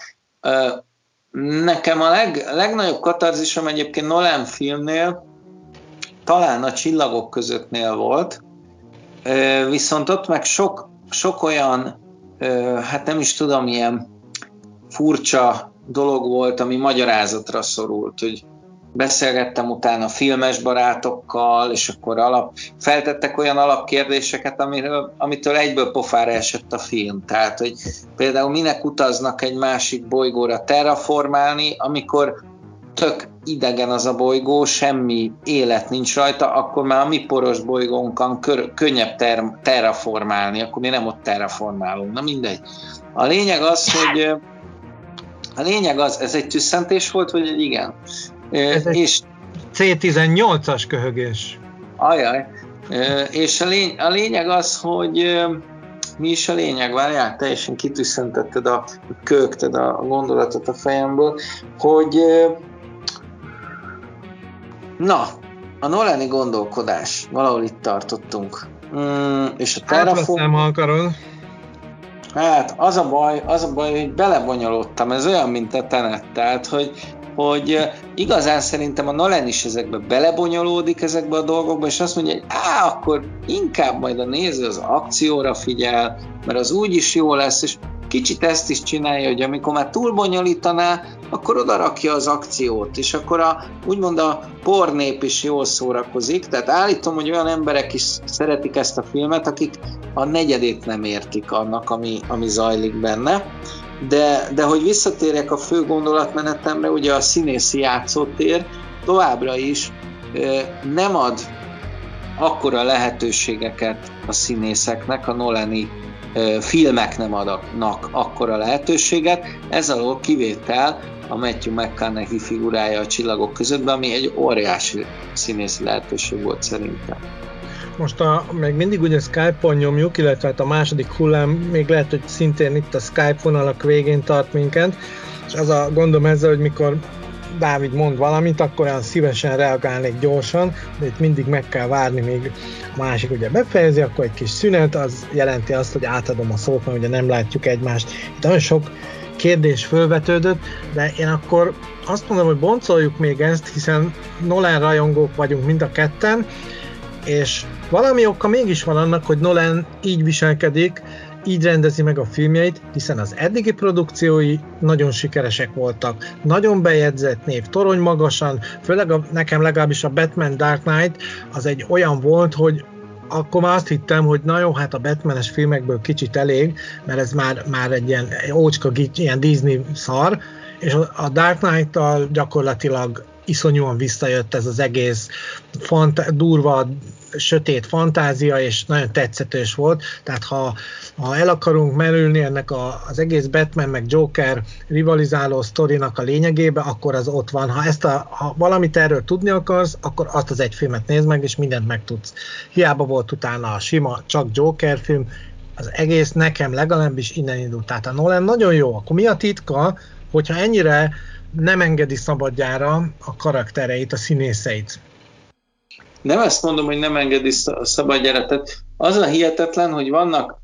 Nekem a leg, legnagyobb katarzisom egyébként Nolan filmnél talán a Csillagok közöttnél volt, viszont ott meg sok, sok olyan, hát nem is tudom, ilyen furcsa dolog volt, ami magyarázatra szorult, hogy beszélgettem utána filmes barátokkal, és akkor alap, feltettek olyan alapkérdéseket, amiről, amitől egyből pofára esett a film. Tehát, hogy például minek utaznak egy másik bolygóra terraformálni, amikor tök idegen az a bolygó, semmi élet nincs rajta, akkor már a mi poros bolygónkon kör, könnyebb ter- terraformálni, akkor mi nem ott terraformálunk. Na mindegy. A lényeg az, hogy a lényeg az, ez egy tüsszentés volt, vagy egy igen? Ez egy és cé tizennyolcas köhögés. Ajaj. És a, lény, a lényeg az, hogy mi is a lényeg? Várjál, teljesen kitűszentetted, a, kölkted a gondolatot a fejemből, hogy na, a Nolani gondolkodás, valahol itt tartottunk. Mm, és a Terraform... Átveszem, ha akarod. Hát, az a baj, az a baj, hogy belebonyolódtam, ez olyan, mint a Tenet, tehát, hogy, hogy igazán szerintem a Nolan is ezekbe belebonyolódik ezekbe a dolgokba, és azt mondja, hogy á, akkor inkább majd a néző az akcióra figyel, mert az úgyis jó lesz, és kicsit ezt is csinálja, hogy amikor már túlbonyolítaná, akkor odarakja az akciót, és akkor a, úgymond a pornép is jól szórakozik, tehát állítom, hogy olyan emberek is szeretik ezt a filmet, akik a negyedét nem értik annak, ami, ami zajlik benne, de, de hogy visszatérjek a fő gondolatmenetemre, ugye a színészi játszótér továbbra is nem ad akkora lehetőségeket a színészeknek, a Nolani filmek nem adnak akkora lehetőséget, ez alól kivétel a Matthew McConaughey figurája a Csillagok között, ami egy óriási színészi lehetőség volt szerintem. Most a, még mindig ugye Skype-on nyomjuk, illetve hát a második hullám még lehet, hogy szintén itt a Skype vonalak végén tart minket, és az a gondom ezzel, hogy mikor Dávid mond valamit, akkor olyan szívesen reagálnék gyorsan, de itt mindig meg kell várni, még a másik ugye befejezi, akkor egy kis szünet, az jelenti azt, hogy átadom a szót, mert ugye nem látjuk egymást. Itt nagyon sok kérdés fölvetődött, de én akkor azt mondom, hogy boncoljuk még ezt, hiszen Nolan rajongók vagyunk mind a ketten, és valami oka mégis van annak, hogy Nolan így viselkedik, így rendezi meg a filmjeit, hiszen az eddigi produkciói nagyon sikeresek voltak. Nagyon bejegyzett név, torony magasan, főleg a, nekem legalábbis a Batman Dark Knight az egy olyan volt, hogy akkor már azt hittem, hogy na jó, hát a Batmanes filmekből kicsit elég, mert ez már, már egy ilyen ócska, ilyen Disney szar, és a Dark Knight-tal gyakorlatilag iszonyúan visszajött ez az egész fant- durva, sötét fantázia, és nagyon tetszetős volt, tehát ha, ha el akarunk merülni ennek a, az egész Batman meg Joker rivalizáló sztorinak a lényegébe, akkor az ott van. Ha, ezt a, ha valamit erről tudni akarsz, akkor azt az egy filmet nézd meg, és mindent megtudsz. Hiába volt utána a sima, csak Joker film, az egész nekem legalábbis innen indult. Tehát a Nolan nagyon jó. Akkor mi a titka, hogyha ennyire nem engedi szabadjára a karaktereit, a színészeit? Nem ezt mondom, hogy nem engedi szabadjára. Tehát az a hihetetlen, hogy vannak,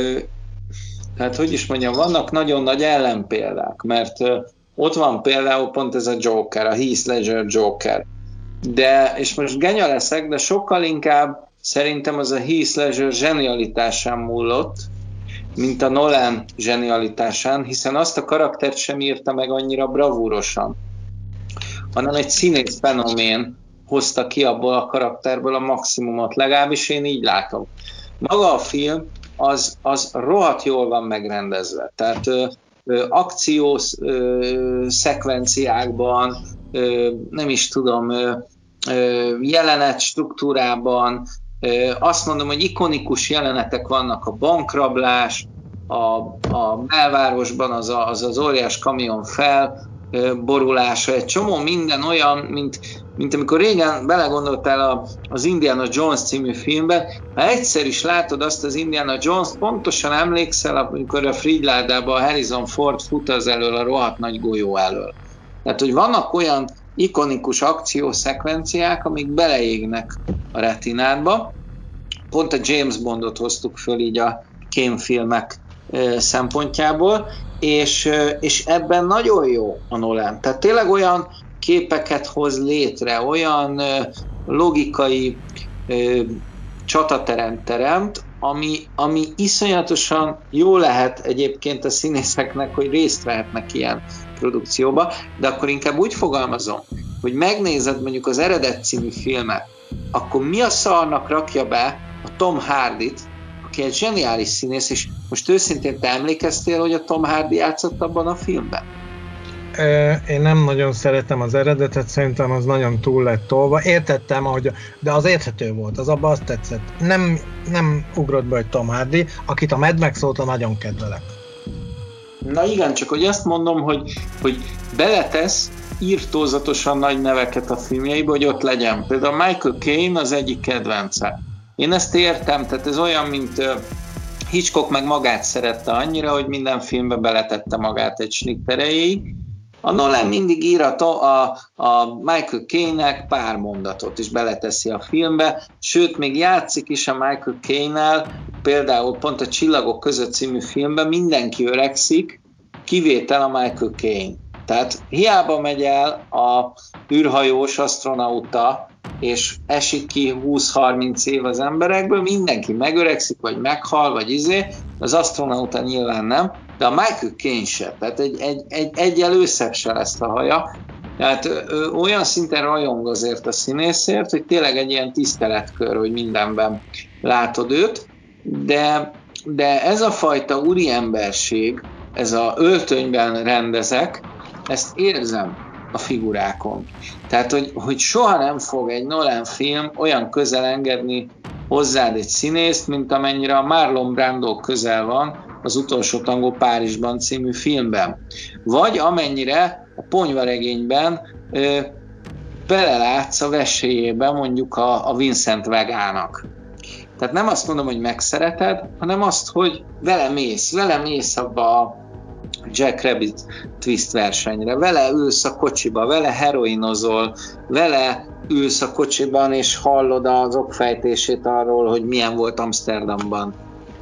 hát hogy is mondjam, vannak nagyon nagy ellenpéldák, mert ott van például pont ez a Joker, a Heath Ledger Joker. De, és most genya leszek, de sokkal inkább szerintem az a Heath Ledger zsenialitásán múlott, mint a Nolan zsenialitásán, hiszen azt a karaktert sem írta meg annyira bravúrosan, hanem egy színész fenomén hozta ki abból a karakterből a maximumot, legalábbis én így látom. Maga a film az, az rohadt jól van megrendezve, tehát ö, ö, akciós ö, szekvenciákban, ö, nem is tudom, ö, ö, jelenet struktúrában, ö, azt mondom, hogy ikonikus jelenetek vannak, a bankrablás, a, a belvárosban az, a, az az óriás kamion fel, borulása, egy csomó minden olyan, mint, mint amikor régen belegondoltál a, az Indiana Jones című filmben, ha egyszer is látod azt az Indiana Jones-t, pontosan emlékszel, amikor a Frigyládába a Harrison Ford fut az elől, a rohadt nagy golyó elől. Tehát, hogy vannak olyan ikonikus akciószekvenciák, amik beleégnek a retinádba. Pont a James Bondot hoztuk föl így a kémfilmek szempontjából, és, és ebben nagyon jó a Nolan. Tehát tényleg olyan képeket hoz létre, olyan logikai csataterem teremt, ami, ami iszonyatosan jó lehet egyébként a színészeknek, hogy részt vehetnek ilyen produkcióba, de akkor inkább úgy fogalmazom, hogy megnézed mondjuk az Eredet című filmet, akkor mi a szarnak rakja be a Tom Hardyt, aki egy zseniális színész, és most őszintén te emlékeztél, hogy a Tom Hardy játszott abban a filmben? Én nem nagyon szeretem az Eredetet, szerintem az nagyon túl lett tolva. Értettem, ahogy, de az érthető volt, az abban azt tetszett. Nem, nem ugrott be, hogy Tom Hardy, akit a Mad Max óta nagyon kedvelek. Na igen, csak hogy azt mondom, hogy, hogy beletesz írtózatosan nagy neveket a filmjeibe, hogy ott legyen. Például Michael Caine az egyik kedvence. Én ezt értem, tehát ez olyan, mint Hitchcock meg magát szerette annyira, hogy minden filmbe beletette magát egy snitt erejéig. A Nolan mindig ír a, a, a Michael Caine-nek pár mondatot is beleteszi a filmbe, sőt, még játszik is a Michael Caine-nel, például pont a Csillagok között című filmben mindenki öregszik, kivétel a Michael Caine. Tehát hiába megy el a űrhajós asztronauta, és esik ki húsz-harminc év az emberekből, mindenki megöregszik, vagy meghal, vagy izé, az asztronauta nyilván nem, de a Michael Caine se, tehát egy, egy, egy, egyel őszebb se lesz a haja, tehát ő olyan szinten rajong azért a színészért, hogy tényleg egy ilyen tiszteletkör, hogy mindenben látod őt, de, de ez a fajta úriemberség, ez a öltönyben rendezek, ezt érzem a figurákon. Tehát, hogy, hogy soha nem fog egy Nolan film olyan közel engedni hozzád egy színészt, mint amennyire a Marlon Brando közel van az Utolsó tangó Párizsban című filmben. Vagy amennyire a Ponyvaregényben ö, belelátsz a vesélyébe mondjuk a, a Vincent Vegának. Tehát nem azt mondom, hogy megszereted, hanem azt, hogy vele mész, vele mész abba a Jack Rabbit twist versenyre, vele ülsz a kocsiba, vele heroinozol, vele ülsz a kocsiban és hallod az okfejtését arról, hogy milyen volt Amsterdamban.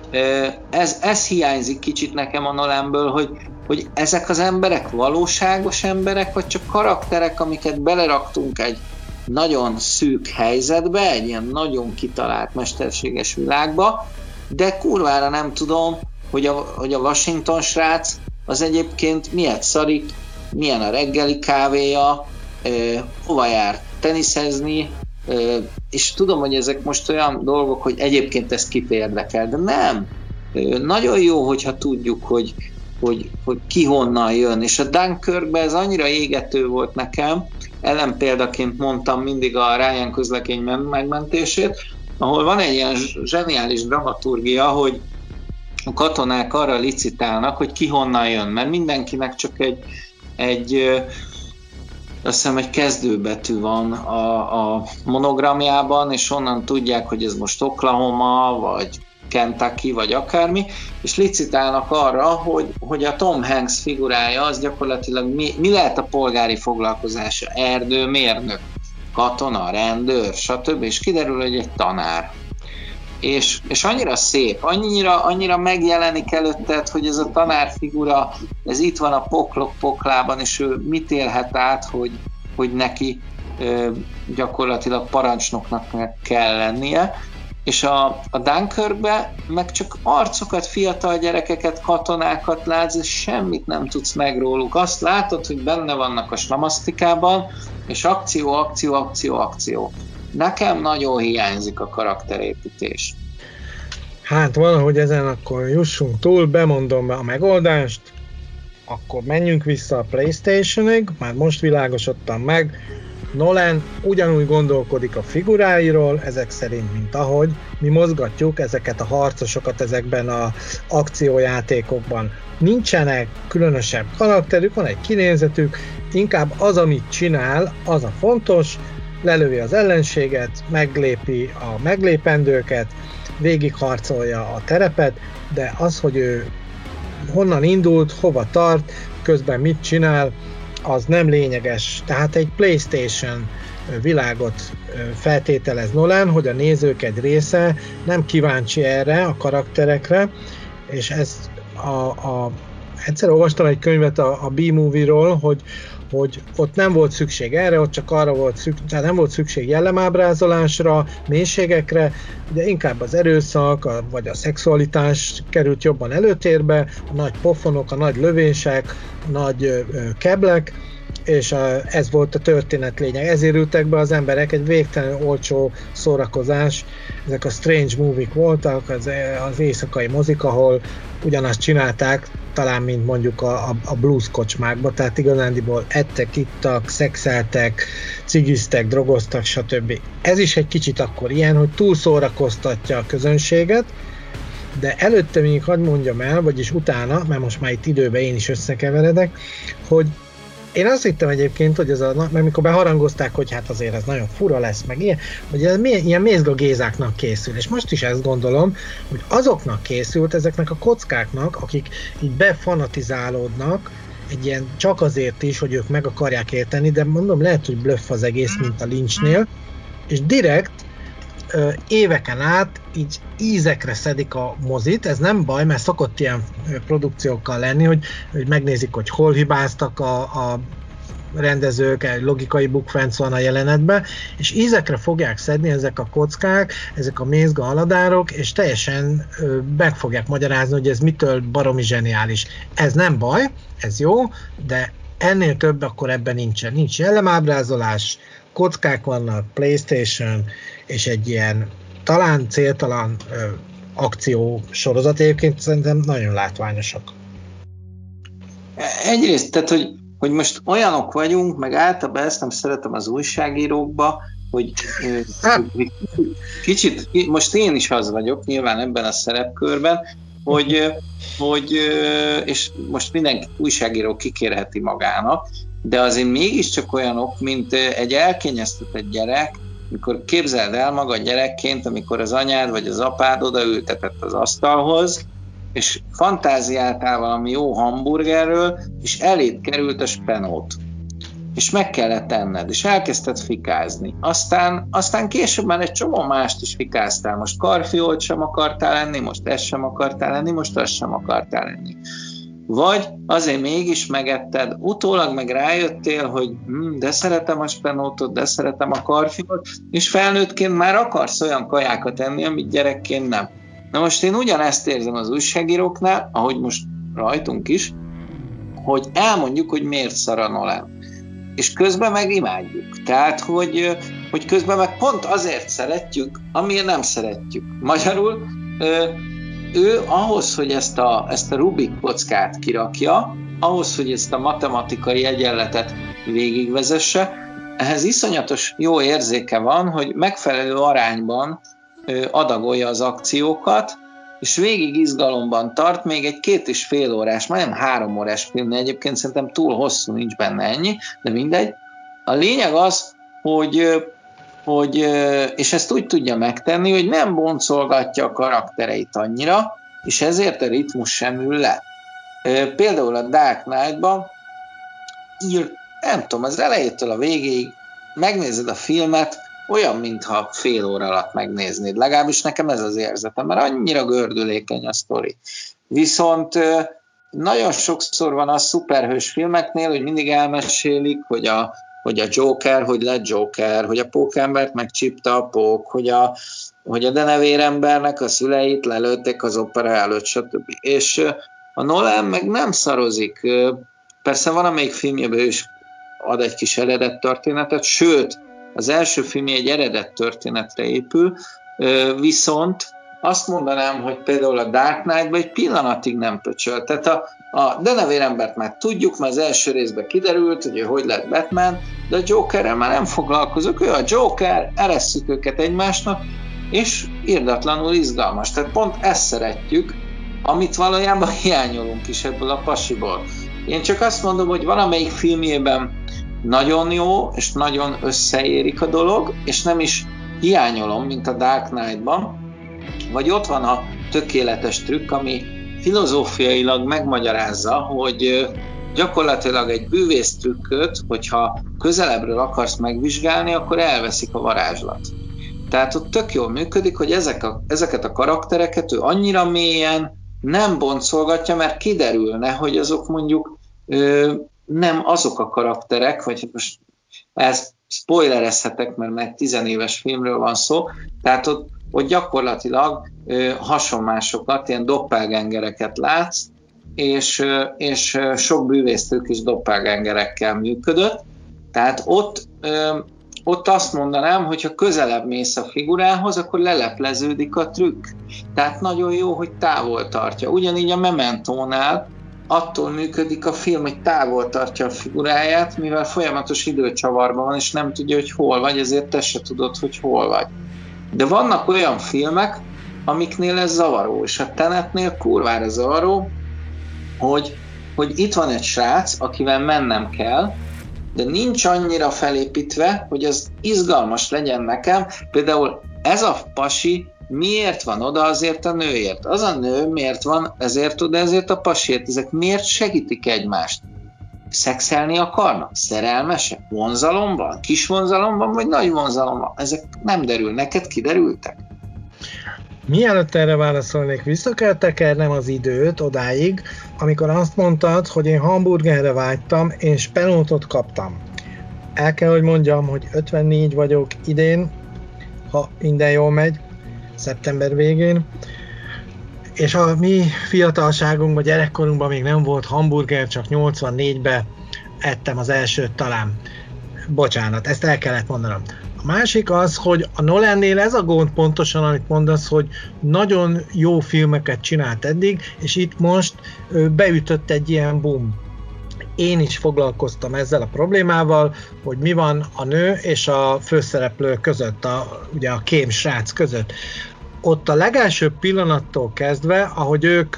Ez, ez hiányzik kicsit nekem a Nolanből, hogy, hogy ezek az emberek valóságos emberek, vagy csak karakterek, amiket beleraktunk egy nagyon szűk helyzetbe, egy ilyen nagyon kitalált mesterséges világba, de kurvára nem tudom, hogy a, hogy a Washington srác az egyébként miért szarik, milyen a reggeli kávéja, eh, hova jár teniszezni, eh, és tudom, hogy ezek most olyan dolgok, hogy egyébként ez kit érdekel, de nem. Eh, nagyon jó, hogyha tudjuk, hogy, hogy, hogy ki honnan jön, és a Dunkirkben ez annyira égető volt nekem, ellenpéldaként mondtam mindig a Ryan közlekény megmentését, ahol van egy ilyen zseniális dramaturgia, hogy a katonák arra licitálnak, hogy ki honnan jön, mert mindenkinek csak egy, egy azt hiszem egy kezdőbetű van a, a monogramjában, és onnan tudják, hogy ez most Oklahoma, vagy Kentucky, vagy akármi, és licitálnak arra, hogy, hogy a Tom Hanks figurája az gyakorlatilag mi, mi lehet a polgári foglalkozása, erdő, mérnök, katona, rendőr, stb. És kiderül, hogy egy tanár. És, és annyira szép, annyira, annyira megjelenik előtted, hogy ez a tanárfigura, ez itt van a poklok poklában, és ő mit élhet át, hogy, hogy neki ö, gyakorlatilag parancsnoknak kell lennie. És a, a Dunkirkbe meg csak arcokat, fiatal gyerekeket, katonákat látsz, és semmit nem tudsz meg róluk. Azt látod, hogy benne vannak a slamasztikában, és akció, akció, akció, akció. Nekem nagyon hiányzik a karakterépítés. Hát valahogy ezen akkor jussunk túl, bemondom a megoldást, akkor menjünk vissza a PlayStation-ig, már most világosodtam meg, Nolan ugyanúgy gondolkodik a figuráiról, ezek szerint, mint ahogy mi mozgatjuk ezeket a harcosokat ezekben az akciójátékokban. Nincsenek különösebb karakterük, van egy kinézetük, inkább az, amit csinál, az a fontos, lelövi az ellenséget, meglépi a meglépendőket, végigharcolja a terepet, de az, hogy ő honnan indult, hova tart, közben mit csinál, az nem lényeges. Tehát egy PlayStation világot feltételez Nolan, hogy a nézők egy része nem kíváncsi erre a karakterekre, és ez a, a egyszer olvastam egy könyvet a, a B-movie-ról, hogy hogy ott nem volt szükség erre, ott csak arra volt szükség, tehát nem volt szükség jellemábrázolásra, mélységekre, ugye inkább az erőszak, a, vagy a szexualitás került jobban előtérbe, a nagy pofonok, a nagy lövések, a nagy ö, ö, keblek, és a, ez volt a történet lényeg. Ezért ültek be az emberek, egy végtelenül olcsó szórakozás, ezek a strange movie-k voltak, az, az éjszakai mozik, ahol ugyanazt csinálták, talán mint mondjuk a, a, a blues kocsmákban, tehát igazándiból ettek, ittak, szexeltek, cigiztek, drogoztak, stb. Ez is egy kicsit akkor ilyen, hogy túl szórakoztatja a közönséget, de előtte még hadd mondjam el, vagyis utána, mert most már itt időben én is összekeveredek, hogy én azt hittem egyébként, hogy ez a, mert mikor beharangozták, hogy hát azért ez nagyon fura lesz, meg ilyen, hogy ez milyen, ilyen mézgagézáknak készül, és most is ezt gondolom, hogy azoknak készült, ezeknek a kockáknak, akik így befanatizálódnak, egy ilyen csak azért is, hogy ők meg akarják érteni, de mondom, lehet, hogy blöff az egész, mint a Lynchnél, és direkt ö, éveken át így ízekre szedik a mozit, ez nem baj, mert szokott ilyen produkciókkal lenni, hogy, hogy megnézik, hogy hol hibáztak a, a rendezők, egy logikai bukfenc van a jelenetben, és ízekre fogják szedni ezek a kockák, ezek a mézga haladárok, és teljesen ö, meg fogják magyarázni, hogy ez mitől baromi zseniális. Ez nem baj, ez jó, de ennél több akkor ebben nincsen. Nincs jellemábrázolás, kockák vannak, PlayStation, és egy ilyen talán céltalan ö, akció sorozat, egyébként szerintem nagyon látványosak. Egyrészt, tehát, hogy, hogy most olyanok vagyunk, meg általában ezt nem szeretem az újságírókba, hogy ö, kicsit, most én is az vagyok, nyilván ebben a szerepkörben, hogy, hogy és most mindenki újságíró kikérheti magának, de azért mégiscsak olyanok, mint egy elkényeztetett gyerek, mikor képzeld el magad gyerekként, amikor az anyád vagy az apád odaültetett az asztalhoz, és fantáziáltál valami jó hamburgerről, és eléd került a spenót. És meg kellett enned, és elkezdted fikázni. Aztán, aztán később már egy csomó mást is fikáztál. Most karfiolt sem akartál enni, most ezt sem akartál enni, most azt sem akartál enni. Vagy azért mégis megetted, utólag meg rájöttél, hogy hm, de szeretem a spenótot, de szeretem a karfiolt, és felnőttként már akarsz olyan kajákat enni, amit gyerekként nem. Na most én ugyanezt érzem az újságíróknál, ahogy most rajtunk is, hogy elmondjuk, hogy miért szar a Nolan. És közben meg imádjuk. Tehát, hogy, hogy közben meg pont azért szeretjük, amiért nem szeretjük. Magyarul ő ahhoz, hogy ezt a, ezt a Rubik kockát kirakja, ahhoz, hogy ezt a matematikai egyenletet végigvezesse, ehhez iszonyatos jó érzéke van, hogy megfelelő arányban adagolja az akciókat, és végig izgalomban tart, még egy két és fél órás, majdnem három órás film, egyébként szerintem túl hosszú, nincs benne ennyi, de mindegy. A lényeg az, hogy, hogy és ezt úgy tudja megtenni, hogy nem boncolgatja a karaktereit annyira, és ezért a ritmus sem ül le. Például a Dark Knight-ban írt, nem tudom, az elejétől a végéig megnézed a filmet, olyan, mintha fél óra alatt megnéznéd. Legalábbis nekem ez az érzetem, mert annyira gördülékeny a sztori. Viszont nagyon sokszor van a szuperhős filmeknél, hogy mindig elmesélik, hogy a, hogy a Joker, hogy lett Joker, hogy a pókembert megcsípte a pók, hogy a, hogy a denevérembernek a szüleit lelőtték az opera előtt, stb. És a Nolan meg nem szarozik. Persze van, amelyik filmjében is ad egy kis eredet történetet, sőt, az első filmje egy eredet történetre épül, viszont azt mondanám, hogy például a Dark Knight-ban egy pillanatig nem pöcsöl. Tehát a, a denevérembert már tudjuk, mert az első részben kiderült, hogy ő hogy lett Batman, de a Jokerrel már nem foglalkozok, ő a Joker, eresszük őket egymásnak, és irdatlanul izgalmas. Tehát pont ezt szeretjük, amit valójában hiányolunk is ebből a pasiból. Én csak azt mondom, hogy valamelyik filmjében nagyon jó, és nagyon összeérik a dolog, és nem is hiányolom, mint a Dark Knight-ban, vagy ott van a tökéletes trükk, ami filozófiailag megmagyarázza, hogy gyakorlatilag egy bűvész trükköt, hogyha közelebbről akarsz megvizsgálni, akkor elveszik a varázslat. Tehát ott tök jól működik, hogy ezek a, ezeket a karaktereket ő annyira mélyen nem boncolgatja, mert kiderülne, hogy azok mondjuk ö, nem azok a karakterek, vagy most ezt spoilerezhetek, mert már tizenéves filmről van szó, tehát ott, ott gyakorlatilag ö, hasonmásokat, ilyen doppelgengereket látsz, és, ö, és ö, sok bűvésztők is doppelgengerekkel működött, tehát ott, ö, ott azt mondanám, hogy ha közelebb mész a figurához, akkor lelepleződik a trükk. Tehát nagyon jó, hogy távol tartja. Ugyanígy a Mementónál attól működik a film, hogy távol tartja a figuráját, mivel folyamatos időcsavarban van, és nem tudja, hogy hol vagy, ezért te se tudod, hogy hol vagy. De vannak olyan filmek, amiknél ez zavaró, és a Tenetnél kurvára zavaró, hogy hogy itt van egy srác, akivel mennem kell, de nincs annyira felépítve, hogy az izgalmas legyen nekem. Például ez a pasi miért van oda azért a nőért? Az a nő miért van ezért oda ezért a pasiért? Ezek miért segítik egymást? Szexelni akarnak? Szerelmesek? Vonzalom van? Kis vonzalom van, vagy nagy vonzalom van? Ezek nem derül. Neked kiderültek? Mielőtt erre válaszolnék, vissza kell tekernem az időt odáig, amikor azt mondtad, hogy én hamburgerre vágytam, én spenótot kaptam. El kell, hogy mondjam, hogy ötvennégy vagyok idén, ha minden jól megy, szeptember végén, és a mi fiatalságunkban, gyerekkorunkban még nem volt hamburger, csak nyolcvannégyben ettem az elsőt talán. Bocsánat, ezt el kellett mondanom. A másik az, hogy a Nolannél ez a gond pontosan, amit mondasz, hogy nagyon jó filmeket csinált eddig, és itt most beütött egy ilyen boom. Én is foglalkoztam ezzel a problémával, hogy mi van a nő és a főszereplő között, a, ugye a kém srác között. Ott a legelső pillanattól kezdve, ahogy ők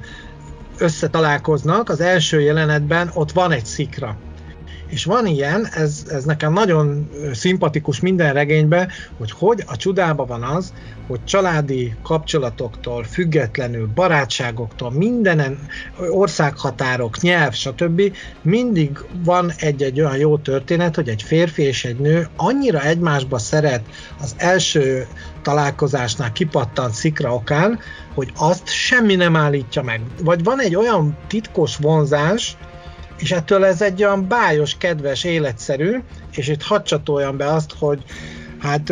összetalálkoznak, az első jelenetben ott van egy szikra. És van ilyen, ez, ez nekem nagyon szimpatikus minden regényben, hogy hogy a csodában van az, hogy családi kapcsolatoktól, függetlenül, barátságoktól, mindenen, országhatárok, nyelv, stb. Mindig van egy-egy olyan jó történet, hogy egy férfi és egy nő annyira egymásba szeret az első találkozásnál kipattant szikra okán, hogy azt semmi nem állítja meg. Vagy van egy olyan titkos vonzás, és ettől ez egy olyan bájos, kedves, életszerű, és itt hadd csatoljam be azt, hogy hát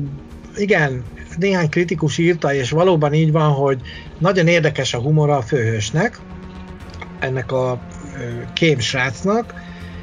igen, néhány kritikus írta, és valóban így van, hogy nagyon érdekes a humora a főhősnek, ennek a kém srácnak,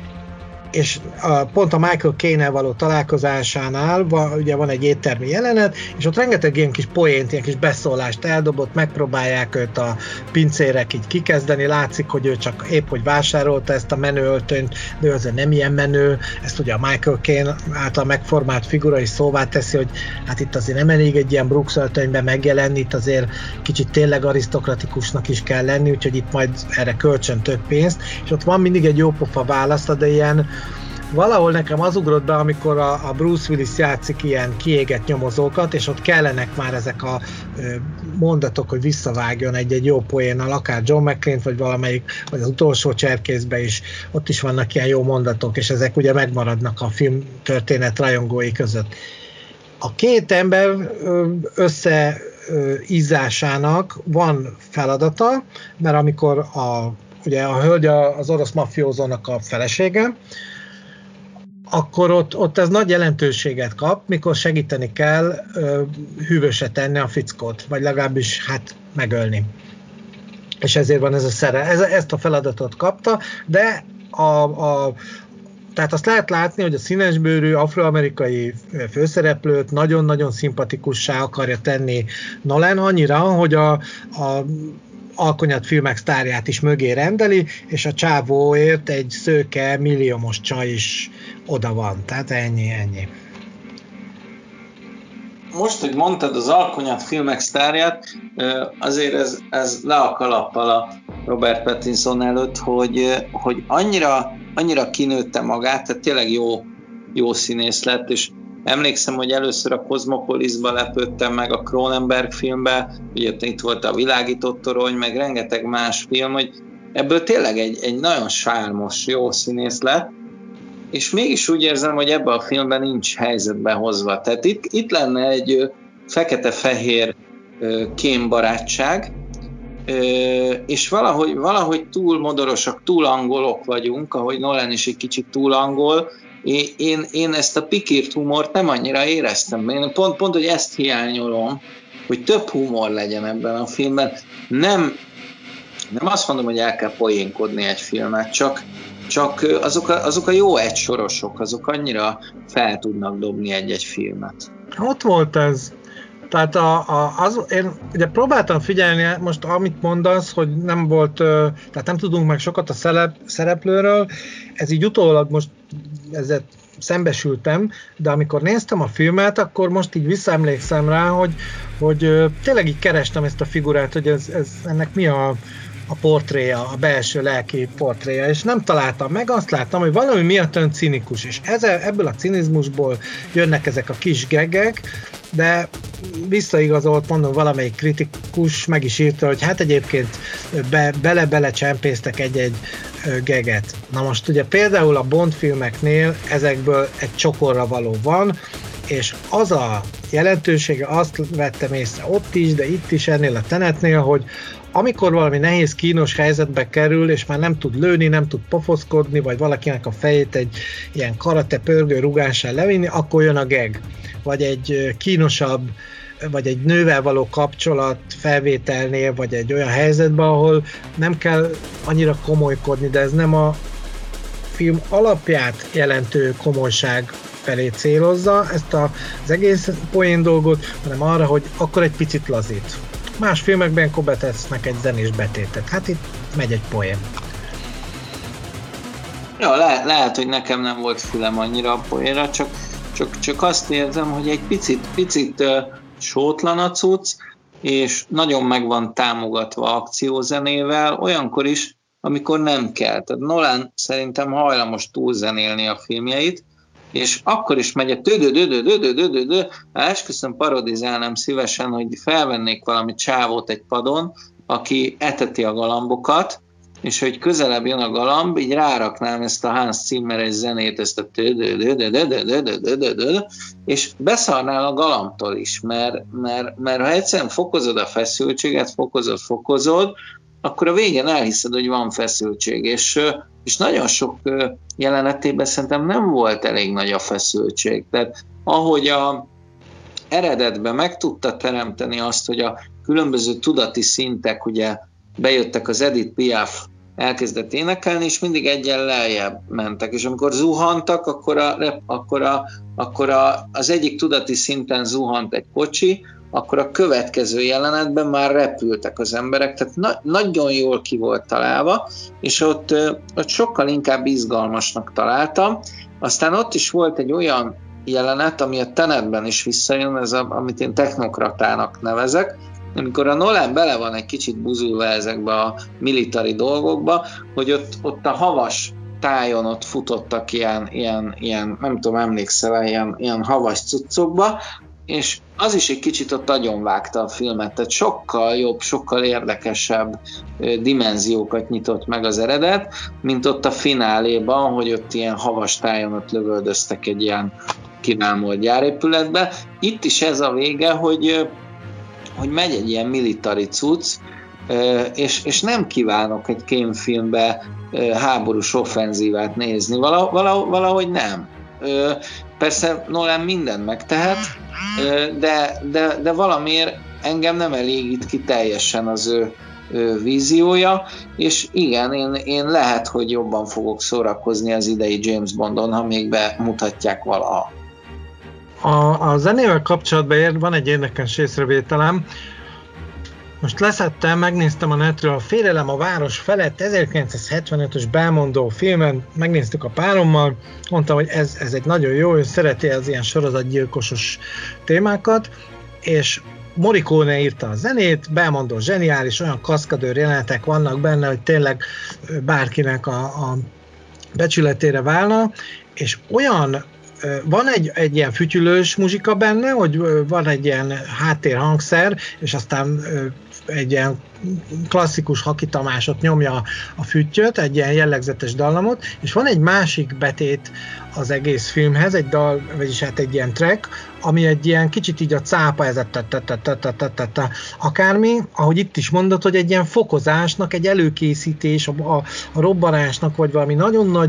és a, pont a Michael Caine-nel való találkozásánál van, ugye van egy éttermi jelenet, és ott rengeteg ilyen kis poént, ilyen kis beszólást eldobott, megpróbálják őt a pincérek így kikezdeni, látszik, hogy ő csak épp hogy vásárolta ezt a menő öltönyt, de ő azért nem ilyen menő, ezt ugye a Michael Caine által megformált figura is szóvá teszi, hogy hát itt azért nem elég egy ilyen Brooks öltönyben megjelenni, itt azért kicsit tényleg arisztokratikusnak is kell lenni, úgyhogy itt majd erre kölcsön több pénzt, és ott van mindig egy jópofa választ, de ilyen valahol nekem az ugrott be, amikor a, a Bruce Willis játszik ilyen kiégett nyomozókat, és ott kellenek már ezek a ö, mondatok, hogy visszavágjon egy-egy jó poénnal, akár John McClane-t, vagy valamelyik, vagy az utolsó cserkészben is, ott is vannak ilyen jó mondatok, és ezek ugye megmaradnak a film történet rajongói között. A két ember összeízásának van feladata, mert amikor a, ugye a hölgy az orosz mafiózónak a felesége, akkor ott, ott ez nagy jelentőséget kap, mikor segíteni kell ö, hűvösre tenni a fickót, vagy legalábbis hát megölni. És ezért van ez a szere. Ez, ezt a feladatot kapta, de a, a, tehát azt lehet látni, hogy a színesbőrű afroamerikai főszereplőt nagyon-nagyon szimpatikussá akarja tenni Nolan annyira, hogy a, a alkonyat filmek sztárját is mögé rendeli, és a csávóért egy szőke, milliómos csaj is oda van. Tehát ennyi, ennyi. Most, hogy mondtad az alkonyat filmek sztárját, azért ez, ez le a kalappal a Robert Pattinson előtt, hogy, hogy annyira, annyira kinőtte magát, tehát tényleg jó, jó színész lett, és emlékszem, hogy először a Cosmopolisba lepődtem meg a Cronenberg filmbe, ugye itt volt a Világított torony, meg rengeteg más film, hogy ebből tényleg egy, egy nagyon sármos, jó színész lett, és mégis úgy érzem, hogy ebben a filmben nincs helyzetbe hozva. Tehát itt, itt lenne egy fekete-fehér kémbarátság, és valahogy, valahogy túl modorosak, túl angolok vagyunk, ahogy Nolan is egy kicsit túl angol. Én, én ezt a pikírt humort nem annyira éreztem. Én pont, pont, hogy ezt hiányolom, hogy több humor legyen ebben a filmben. Nem, nem azt mondom, hogy el kell poénkodni egy filmet, csak, csak azok, a, azok a jó egysorosok, azok annyira fel tudnak dobni egy-egy filmet. Ott volt ez. Tehát a, a, az, én ugye próbáltam figyelni, most amit mondasz, hogy nem volt, tehát nem tudunk meg sokat a szerep, szereplőről, ez így utólag most ezzel szembesültem, de amikor néztem a filmet, akkor most így visszaemlékszem rá, hogy, hogy tényleg így kerestem ezt a figurát, hogy ez, ez, ennek mi a, a portréja, a belső lelki portréja, és nem találtam meg, azt láttam, hogy valami miatt olyan cinikus, és ezzel, ebből a cinizmusból jönnek ezek a kis gegek, de visszaigazolt, mondom, valamelyik kritikus meg is írta, hogy hát egyébként be, bele-bele csempésztek egy-egy geget. Na most ugye például a Bond filmeknél ezekből egy csokorra való van, és az a jelentősége, azt vettem észre ott is, de itt is ennél a Tenetnél, hogy amikor valami nehéz, kínos helyzetbe kerül, és már nem tud lőni, nem tud pofoszkodni, vagy valakinek a fejét egy ilyen karate pörgő rugással levinni, akkor jön a gag. Vagy egy kínosabb, vagy egy nővel való kapcsolat felvételnél, vagy egy olyan helyzetben, ahol nem kell annyira komolykodni, de ez nem a film alapját jelentő komolyság felé célozza ezt a, az egész poén dolgot, hanem arra, hogy akkor egy picit lazít. Más filmekben akkor betesznek egy zenés betétet. Hát itt megy egy poén. Ja, le- lehet, hogy nekem nem volt fülem annyira a poénra, csak, csak, csak azt érzem, hogy egy picit, picit uh, sótlan a cucc, és nagyon meg van támogatva akciózenével, olyankor is, amikor nem kell. Tehát Nolan szerintem hajlamos túlzenélni a filmjeit, és akkor is megy a tö-dö-dö-dö-dö-dö-dö-dö, esküszöm, parodizálnám szívesen, hogy felvennék valami csávót egy padon, aki eteti a galambokat, és hogy közelebb jön a galamb, így ráraknám ezt a Hans Zimmeres zenét, ezt a tö-dö-dö-dö-dö-dö-dö-dö-dö, és beszarnál a galambtól is, mert, mert, mert ha egyszerűen fokozod a feszültséget, fokozod, fokozod, akkor a végén elhiszed, hogy van feszültség, és, és nagyon sok jelenetében szerintem nem volt elég nagy a feszültség. Tehát ahogy a eredetben meg tudta teremteni azt, hogy a különböző tudati szintek, ugye bejöttek, az Edith Piaf elkezdett énekelni, és mindig egyen lejjebb mentek, és amikor zuhantak, akkor, a, akkor, a, akkor a, az egyik tudati szinten zuhant egy kocsi, akkor a következő jelenetben már repültek az emberek, tehát na- nagyon jól ki volt találva, és ott, ott sokkal inkább izgalmasnak találtam. Aztán ott is volt egy olyan jelenet, ami a Tenetben is visszajön, ez a, amit én technokratának nevezek, amikor a Nolan bele van egy kicsit buzulva ezekbe a militari dolgokba, hogy ott, ott a havas tájon ott futottak ilyen, ilyen, ilyen nem tudom, emlékszel, ilyen, ilyen havas cuccokba, és az is egy kicsit ott agyonvágta a filmet, tehát sokkal jobb, sokkal érdekesebb dimenziókat nyitott meg az eredet, mint ott a fináléban, hogy ott ilyen havas tájon ott lövöldöztek egy ilyen kivámolt gyárépületbe. Itt is ez a vége, hogy, hogy megy egy ilyen militari cucc, és, és nem kívánok egy kémfilmbe háborús offenzívát nézni, valahogy, valahogy nem. Persze Nolan mindent megtehet, de, de, de valamiért engem nem elégít ki teljesen az ő, ő víziója, és igen, én, én lehet, hogy jobban fogok szórakozni az idei James Bondon, ha még bemutatják valaha. A, a zenével kapcsolatban van egy érdekes észrevételem. Most leszettem, megnéztem a netről a Félelem a város felett ezerkilencszázhetvenötös Belmondo filmen, megnéztük a párommal, mondtam, hogy ez, ez egy nagyon jó, ő szereti az ilyen sorozatgyilkosos témákat, és Morricone írta a zenét, Belmondo zseniális, olyan kaszkadőr jelenetek vannak benne, hogy tényleg bárkinek a, a becsületére válna, és olyan van egy, egy ilyen fütyülős muzsika benne, hogy van egy ilyen háttérhangszer, és aztán egy ilyen klasszikus Haki Tamásot nyomja a füttyöt, egy ilyen jellegzetes dallamot, és van egy másik betét az egész filmhez, egy dal, vagyis hát egy ilyen track, ami egy ilyen kicsit így a cápa, ez a akármi, ahogy itt is mondod, hogy egy ilyen fokozásnak, egy előkészítés, a, a, a robbanásnak, vagy valami nagyon nagy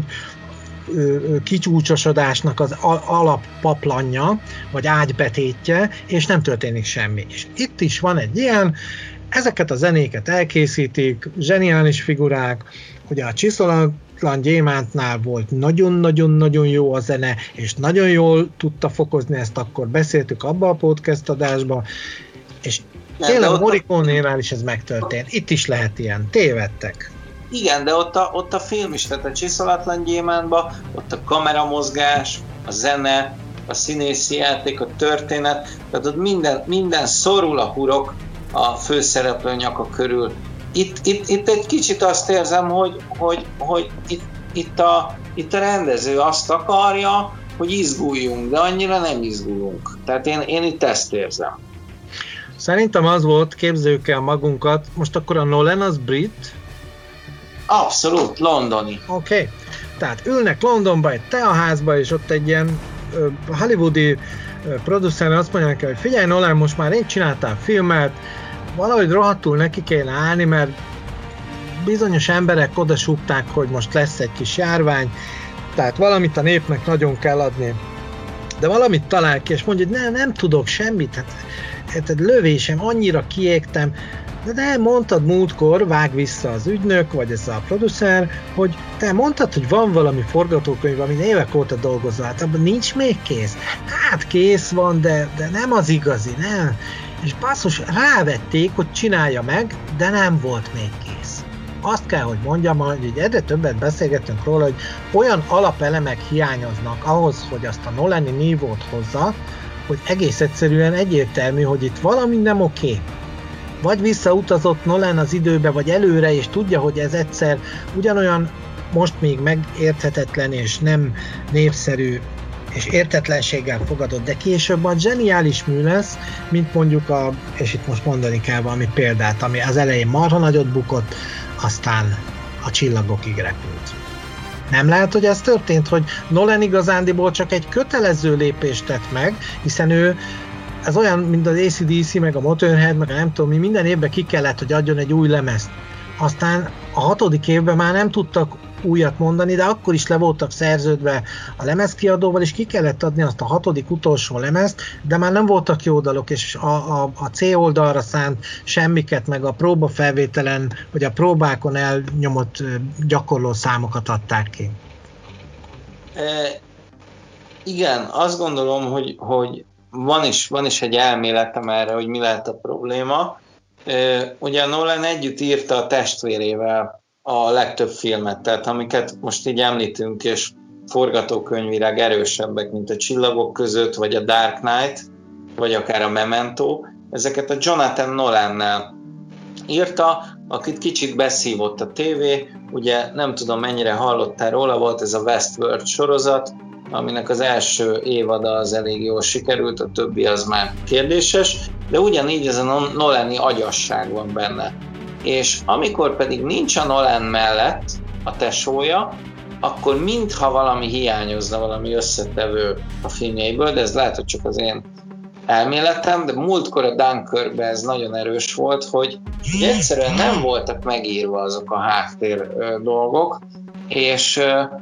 kicsúcsosodásnak az alappaplanja, vagy ágybetétje, és nem történik semmi. És itt is van egy ilyen, ezeket a zenéket elkészítik, zseniális figurák, ugye a Csiszolatlan gyémántnál volt nagyon-nagyon-nagyon jó a zene, és nagyon jól tudta fokozni ezt, akkor beszéltük abba a podcast adásba, és tényleg a Morricone-nál is ez megtörtént. Itt is lehet ilyen. Tévedtek. Igen, de ott a, ott a film is, tehát a Csiszolatlan gyémántban, ott a kameramozgás, a zene, a színészi játék, a történet, tehát ott minden, minden szorul a hurok a főszereplő nyaka körül. itt, itt, itt egy kicsit azt érzem, hogy, hogy, hogy itt, itt, a, itt a rendező azt akarja, hogy izguljunk, de annyira nem izgulunk. Tehát én, én itt ezt érzem. Szerintem az volt, képzeljük el magunkat, most akkor a Nolan az brit? Abszolút, londoni. Oké, okay. Tehát ülnek Londonba egy teaházba, és ott egy ilyen uh, hollywoodi uh, producer azt mondják, hogy figyelj Nolan, most már én csináltál filmet, valahogy rohadtul neki kéne állni, mert bizonyos emberek oda súgták, hogy most lesz egy kis járvány, tehát valamit a népnek nagyon kell adni. De valamit talál ki, és mondja, hogy ne, nem tudok semmit, hát, hát lövésem, annyira kiégtem, de, de mondtad múltkor, vág vissza az ügynök, vagy ez a producer, hogy te mondtad, hogy van valami forgatókönyv, amit évek óta dolgozol, hát abban nincs még kész. Hát kész van, de, de nem az igazi, nem. És basszus, rávették, hogy csinálja meg, de nem volt még kész. Azt kell, hogy mondjam, hogy egyre többet beszélgetünk róla, hogy olyan alapelemek hiányoznak ahhoz, hogy azt a Nolani nívót hozza, hogy egész egyszerűen egyértelmű, hogy itt valami nem oké. Vagy visszautazott Nolan az időbe, vagy előre, és tudja, hogy ez egyszer ugyanolyan most még megérthetetlen és nem népszerű és értetlenséggel fogadott, de később a zseniális mű lesz, mint mondjuk a, és itt most mondani kell valami példát, ami az elején marha nagyot bukott, aztán a csillagokig repült. Nem lehet, hogy ez történt, hogy Nolan igazándiból csak egy kötelező lépést tett meg, hiszen ő, ez olyan, mint az á cé dé cé, meg a Motorhead, meg a nem tudom mi, minden évben ki kellett, hogy adjon egy új lemezt. Aztán a hatodik évben már nem tudtak újat mondani, de akkor is le voltak szerződve a lemezkiadóval, és ki kellett adni azt a hatodik utolsó lemezt, de már nem voltak jó dalok, és a, a, a C oldalra szánt semmiket, meg a próbafelvételen, vagy a próbákon elnyomott gyakorló számokat adták ki. E, igen, azt gondolom, hogy, hogy van, is, van is egy elméletem erre, hogy mi lehet a probléma. E, ugye Nolan együtt írta a testvérével a legtöbb filmet, tehát amiket most így említünk, és forgatókönyvileg erősebbek, mint a Csillagok között, vagy a Dark Knight, vagy akár a Memento, ezeket a Jonathan Nolannel írta, akit kicsit beszívott a tévé, ugye nem tudom mennyire hallottál róla, volt ez a Westworld sorozat, aminek az első évada az elég jól sikerült, a többi az már kérdéses, de ugyanígy ez a Nolani agyasság van benne. És amikor pedig nincs a Nolan mellett a tesója, akkor mintha valami hiányozna, valami összetevő a filmjeiből, de ez lehet, hogy csak az én elméletem, de múltkor a Dunkirkben ez nagyon erős volt, hogy egyszerűen nem voltak megírva azok a háttér dolgok, és,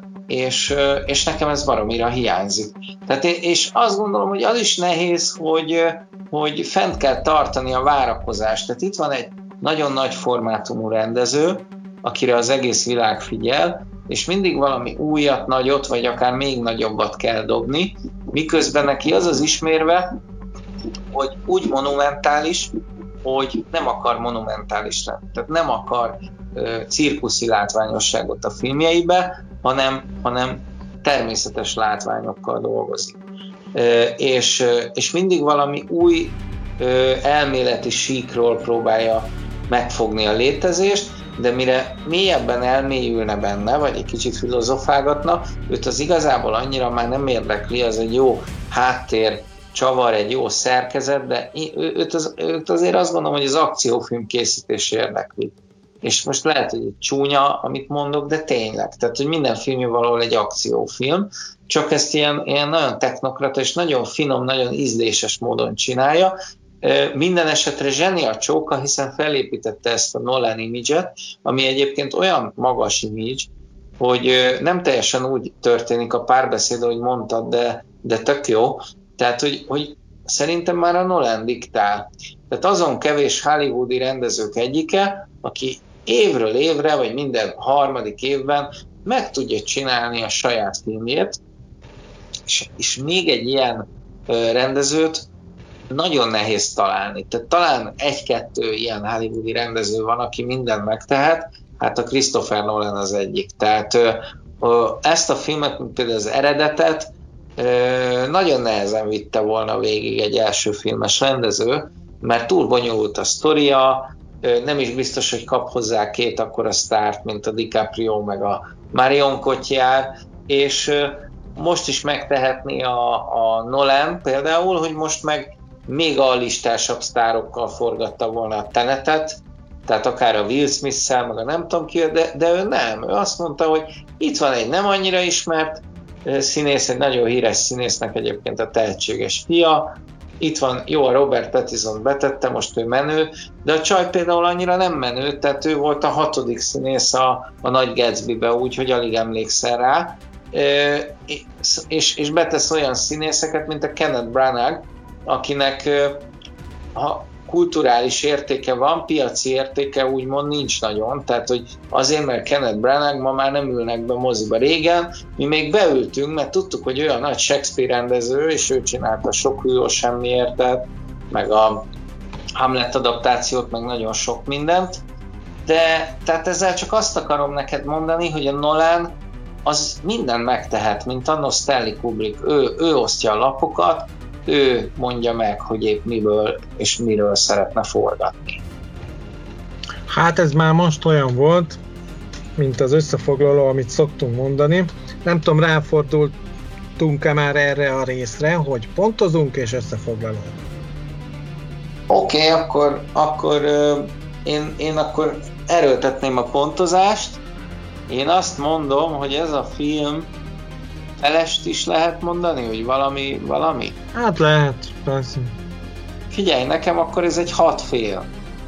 és, és nekem ez baromira hiányzik. Tehát, és azt gondolom, hogy az is nehéz, hogy, hogy fent kell tartani a várakozást. Tehát itt van egy nagyon nagy formátumú rendező, akire az egész világ figyel, és mindig valami újat, nagyot, vagy akár még nagyobbat kell dobni, miközben neki az az ismérve, hogy úgy monumentális, hogy nem akar monumentális lenni. Tehát nem akar ö, cirkuszi látványosságot a filmjeibe, hanem, hanem természetes látványokkal dolgozik. Ö, és, és mindig valami új ö, elméleti síkról próbálja megfogni a létezést, de mire mélyebben elmélyülne benne, vagy egy kicsit filozofálgatna, őt az igazából annyira már nem érdekli, az egy jó háttér, csavar, egy jó szerkezet, de őt, az, őt azért azt gondolom, hogy az akciófilm készítés érdekli. És most lehet, hogy egy csúnya, amit mondok, de tényleg. Tehát, hogy minden filmje valahol egy akciófilm, csak ezt ilyen, ilyen nagyon technokrata és nagyon finom, nagyon ízléses módon csinálja. Minden esetre zseni a csóka, hiszen felépítette ezt a Nolan image-et, ami egyébként olyan magas image, hogy nem teljesen úgy történik a párbeszéd, ahogy mondtad, de, de tök jó. Tehát, hogy, hogy szerintem már a Nolan diktál. Tehát azon kevés hollywoodi rendezők egyike, aki évről évre, vagy minden harmadik évben meg tudja csinálni a saját filmjét, és, és még egy ilyen rendezőt nagyon nehéz találni. Tehát talán egy-kettő ilyen hollywoodi rendező van, aki mindent megtehet, hát a Christopher Nolan az egyik. Tehát ezt a filmet, mint például az Eredetet, nagyon nehezen vitte volna végig egy első filmes rendező, mert túl bonyolult a sztoria, nem is biztos, hogy kap hozzá két akkora sztárt, mint a DiCaprio meg a Marion Cotillard, és most is megtehetné a, a Nolan például, hogy most meg még a listásabb sztárokkal forgatta volna a Tenetet, tehát akár a Will Smith-szel, meg a nem tudom ki, de, de ő nem. Ő azt mondta, hogy itt van egy nem annyira ismert színész, egy nagyon híres színésznek egyébként a tehetséges fia, itt van, jó, a Robert Pattinson betette, most ő menő, de a csaj például annyira nem menő, tehát ő volt a hatodik színész a, a Nagy Gatsby-be, úgyhogy alig emlékszel rá, e, és, és betesz olyan színészeket, mint a Kenneth Branagh, akinek ha kulturális értéke van, piaci értéke úgymond nincs nagyon, tehát hogy azért, mert Kenneth Branagh ma már nem ülnek be moziba. Régen mi még beültünk, mert tudtuk, hogy olyan nagy Shakespeare rendező, és ő csinálta sok hűló semmiértet, meg a Hamlet adaptációt, meg nagyon sok mindent, de tehát ezzel csak azt akarom neked mondani, hogy a Nolan az minden megtehet, mint anno Stanley Kubrick, ő, ő osztja a lapokat, ő mondja meg, hogy épp miből és miről szeretne forgatni. Hát ez már most olyan volt, mint az összefoglaló, amit szoktunk mondani. Nem tudom, ráfordultunk-e már erre a részre, hogy pontozunk és összefoglalunk. Oké, okay, akkor, akkor euh, én, én akkor erőltetném a pontozást. Én azt mondom, hogy ez a film felest is lehet mondani, hogy valami, valami? Hát lehet, persze. Figyelj, nekem akkor ez egy hat fél.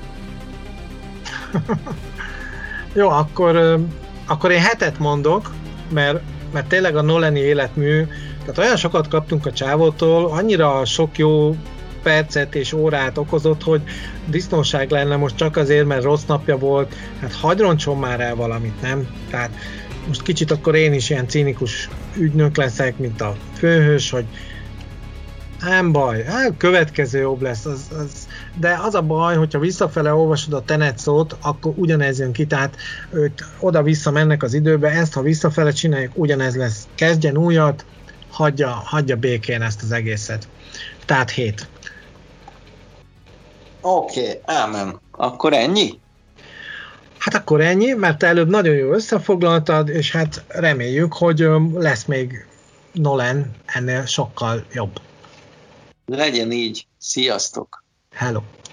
Jó, akkor, akkor én hetet mondok, mert, mert tényleg a Nolani életmű, tehát olyan sokat kaptunk a csávótól, annyira sok jó percet és órát okozott, hogy disznóság lenne most csak azért, mert rossz napja volt, hát hagyroncson már el valamit, nem? Tehát most kicsit akkor én is ilyen cínikus ügynök leszek, mint a főhős, hogy nem baj, hát következő jobb lesz, az, az, de az a baj, hogyha visszafele olvasod a Tenet szót, akkor ugyanez jön ki, tehát őt oda-vissza mennek az időbe, ezt ha visszafele csináljuk, ugyanez lesz. Kezdjen újat, hagyja, hagyja békén ezt az egészet. Tehát hét. Oké, okay, ámen. Akkor ennyi? Hát akkor ennyi, mert te előbb nagyon jól összefoglaltad, és hát reméljük, hogy lesz még Nolan ennél sokkal jobb. Legyen így. Sziasztok! Hello!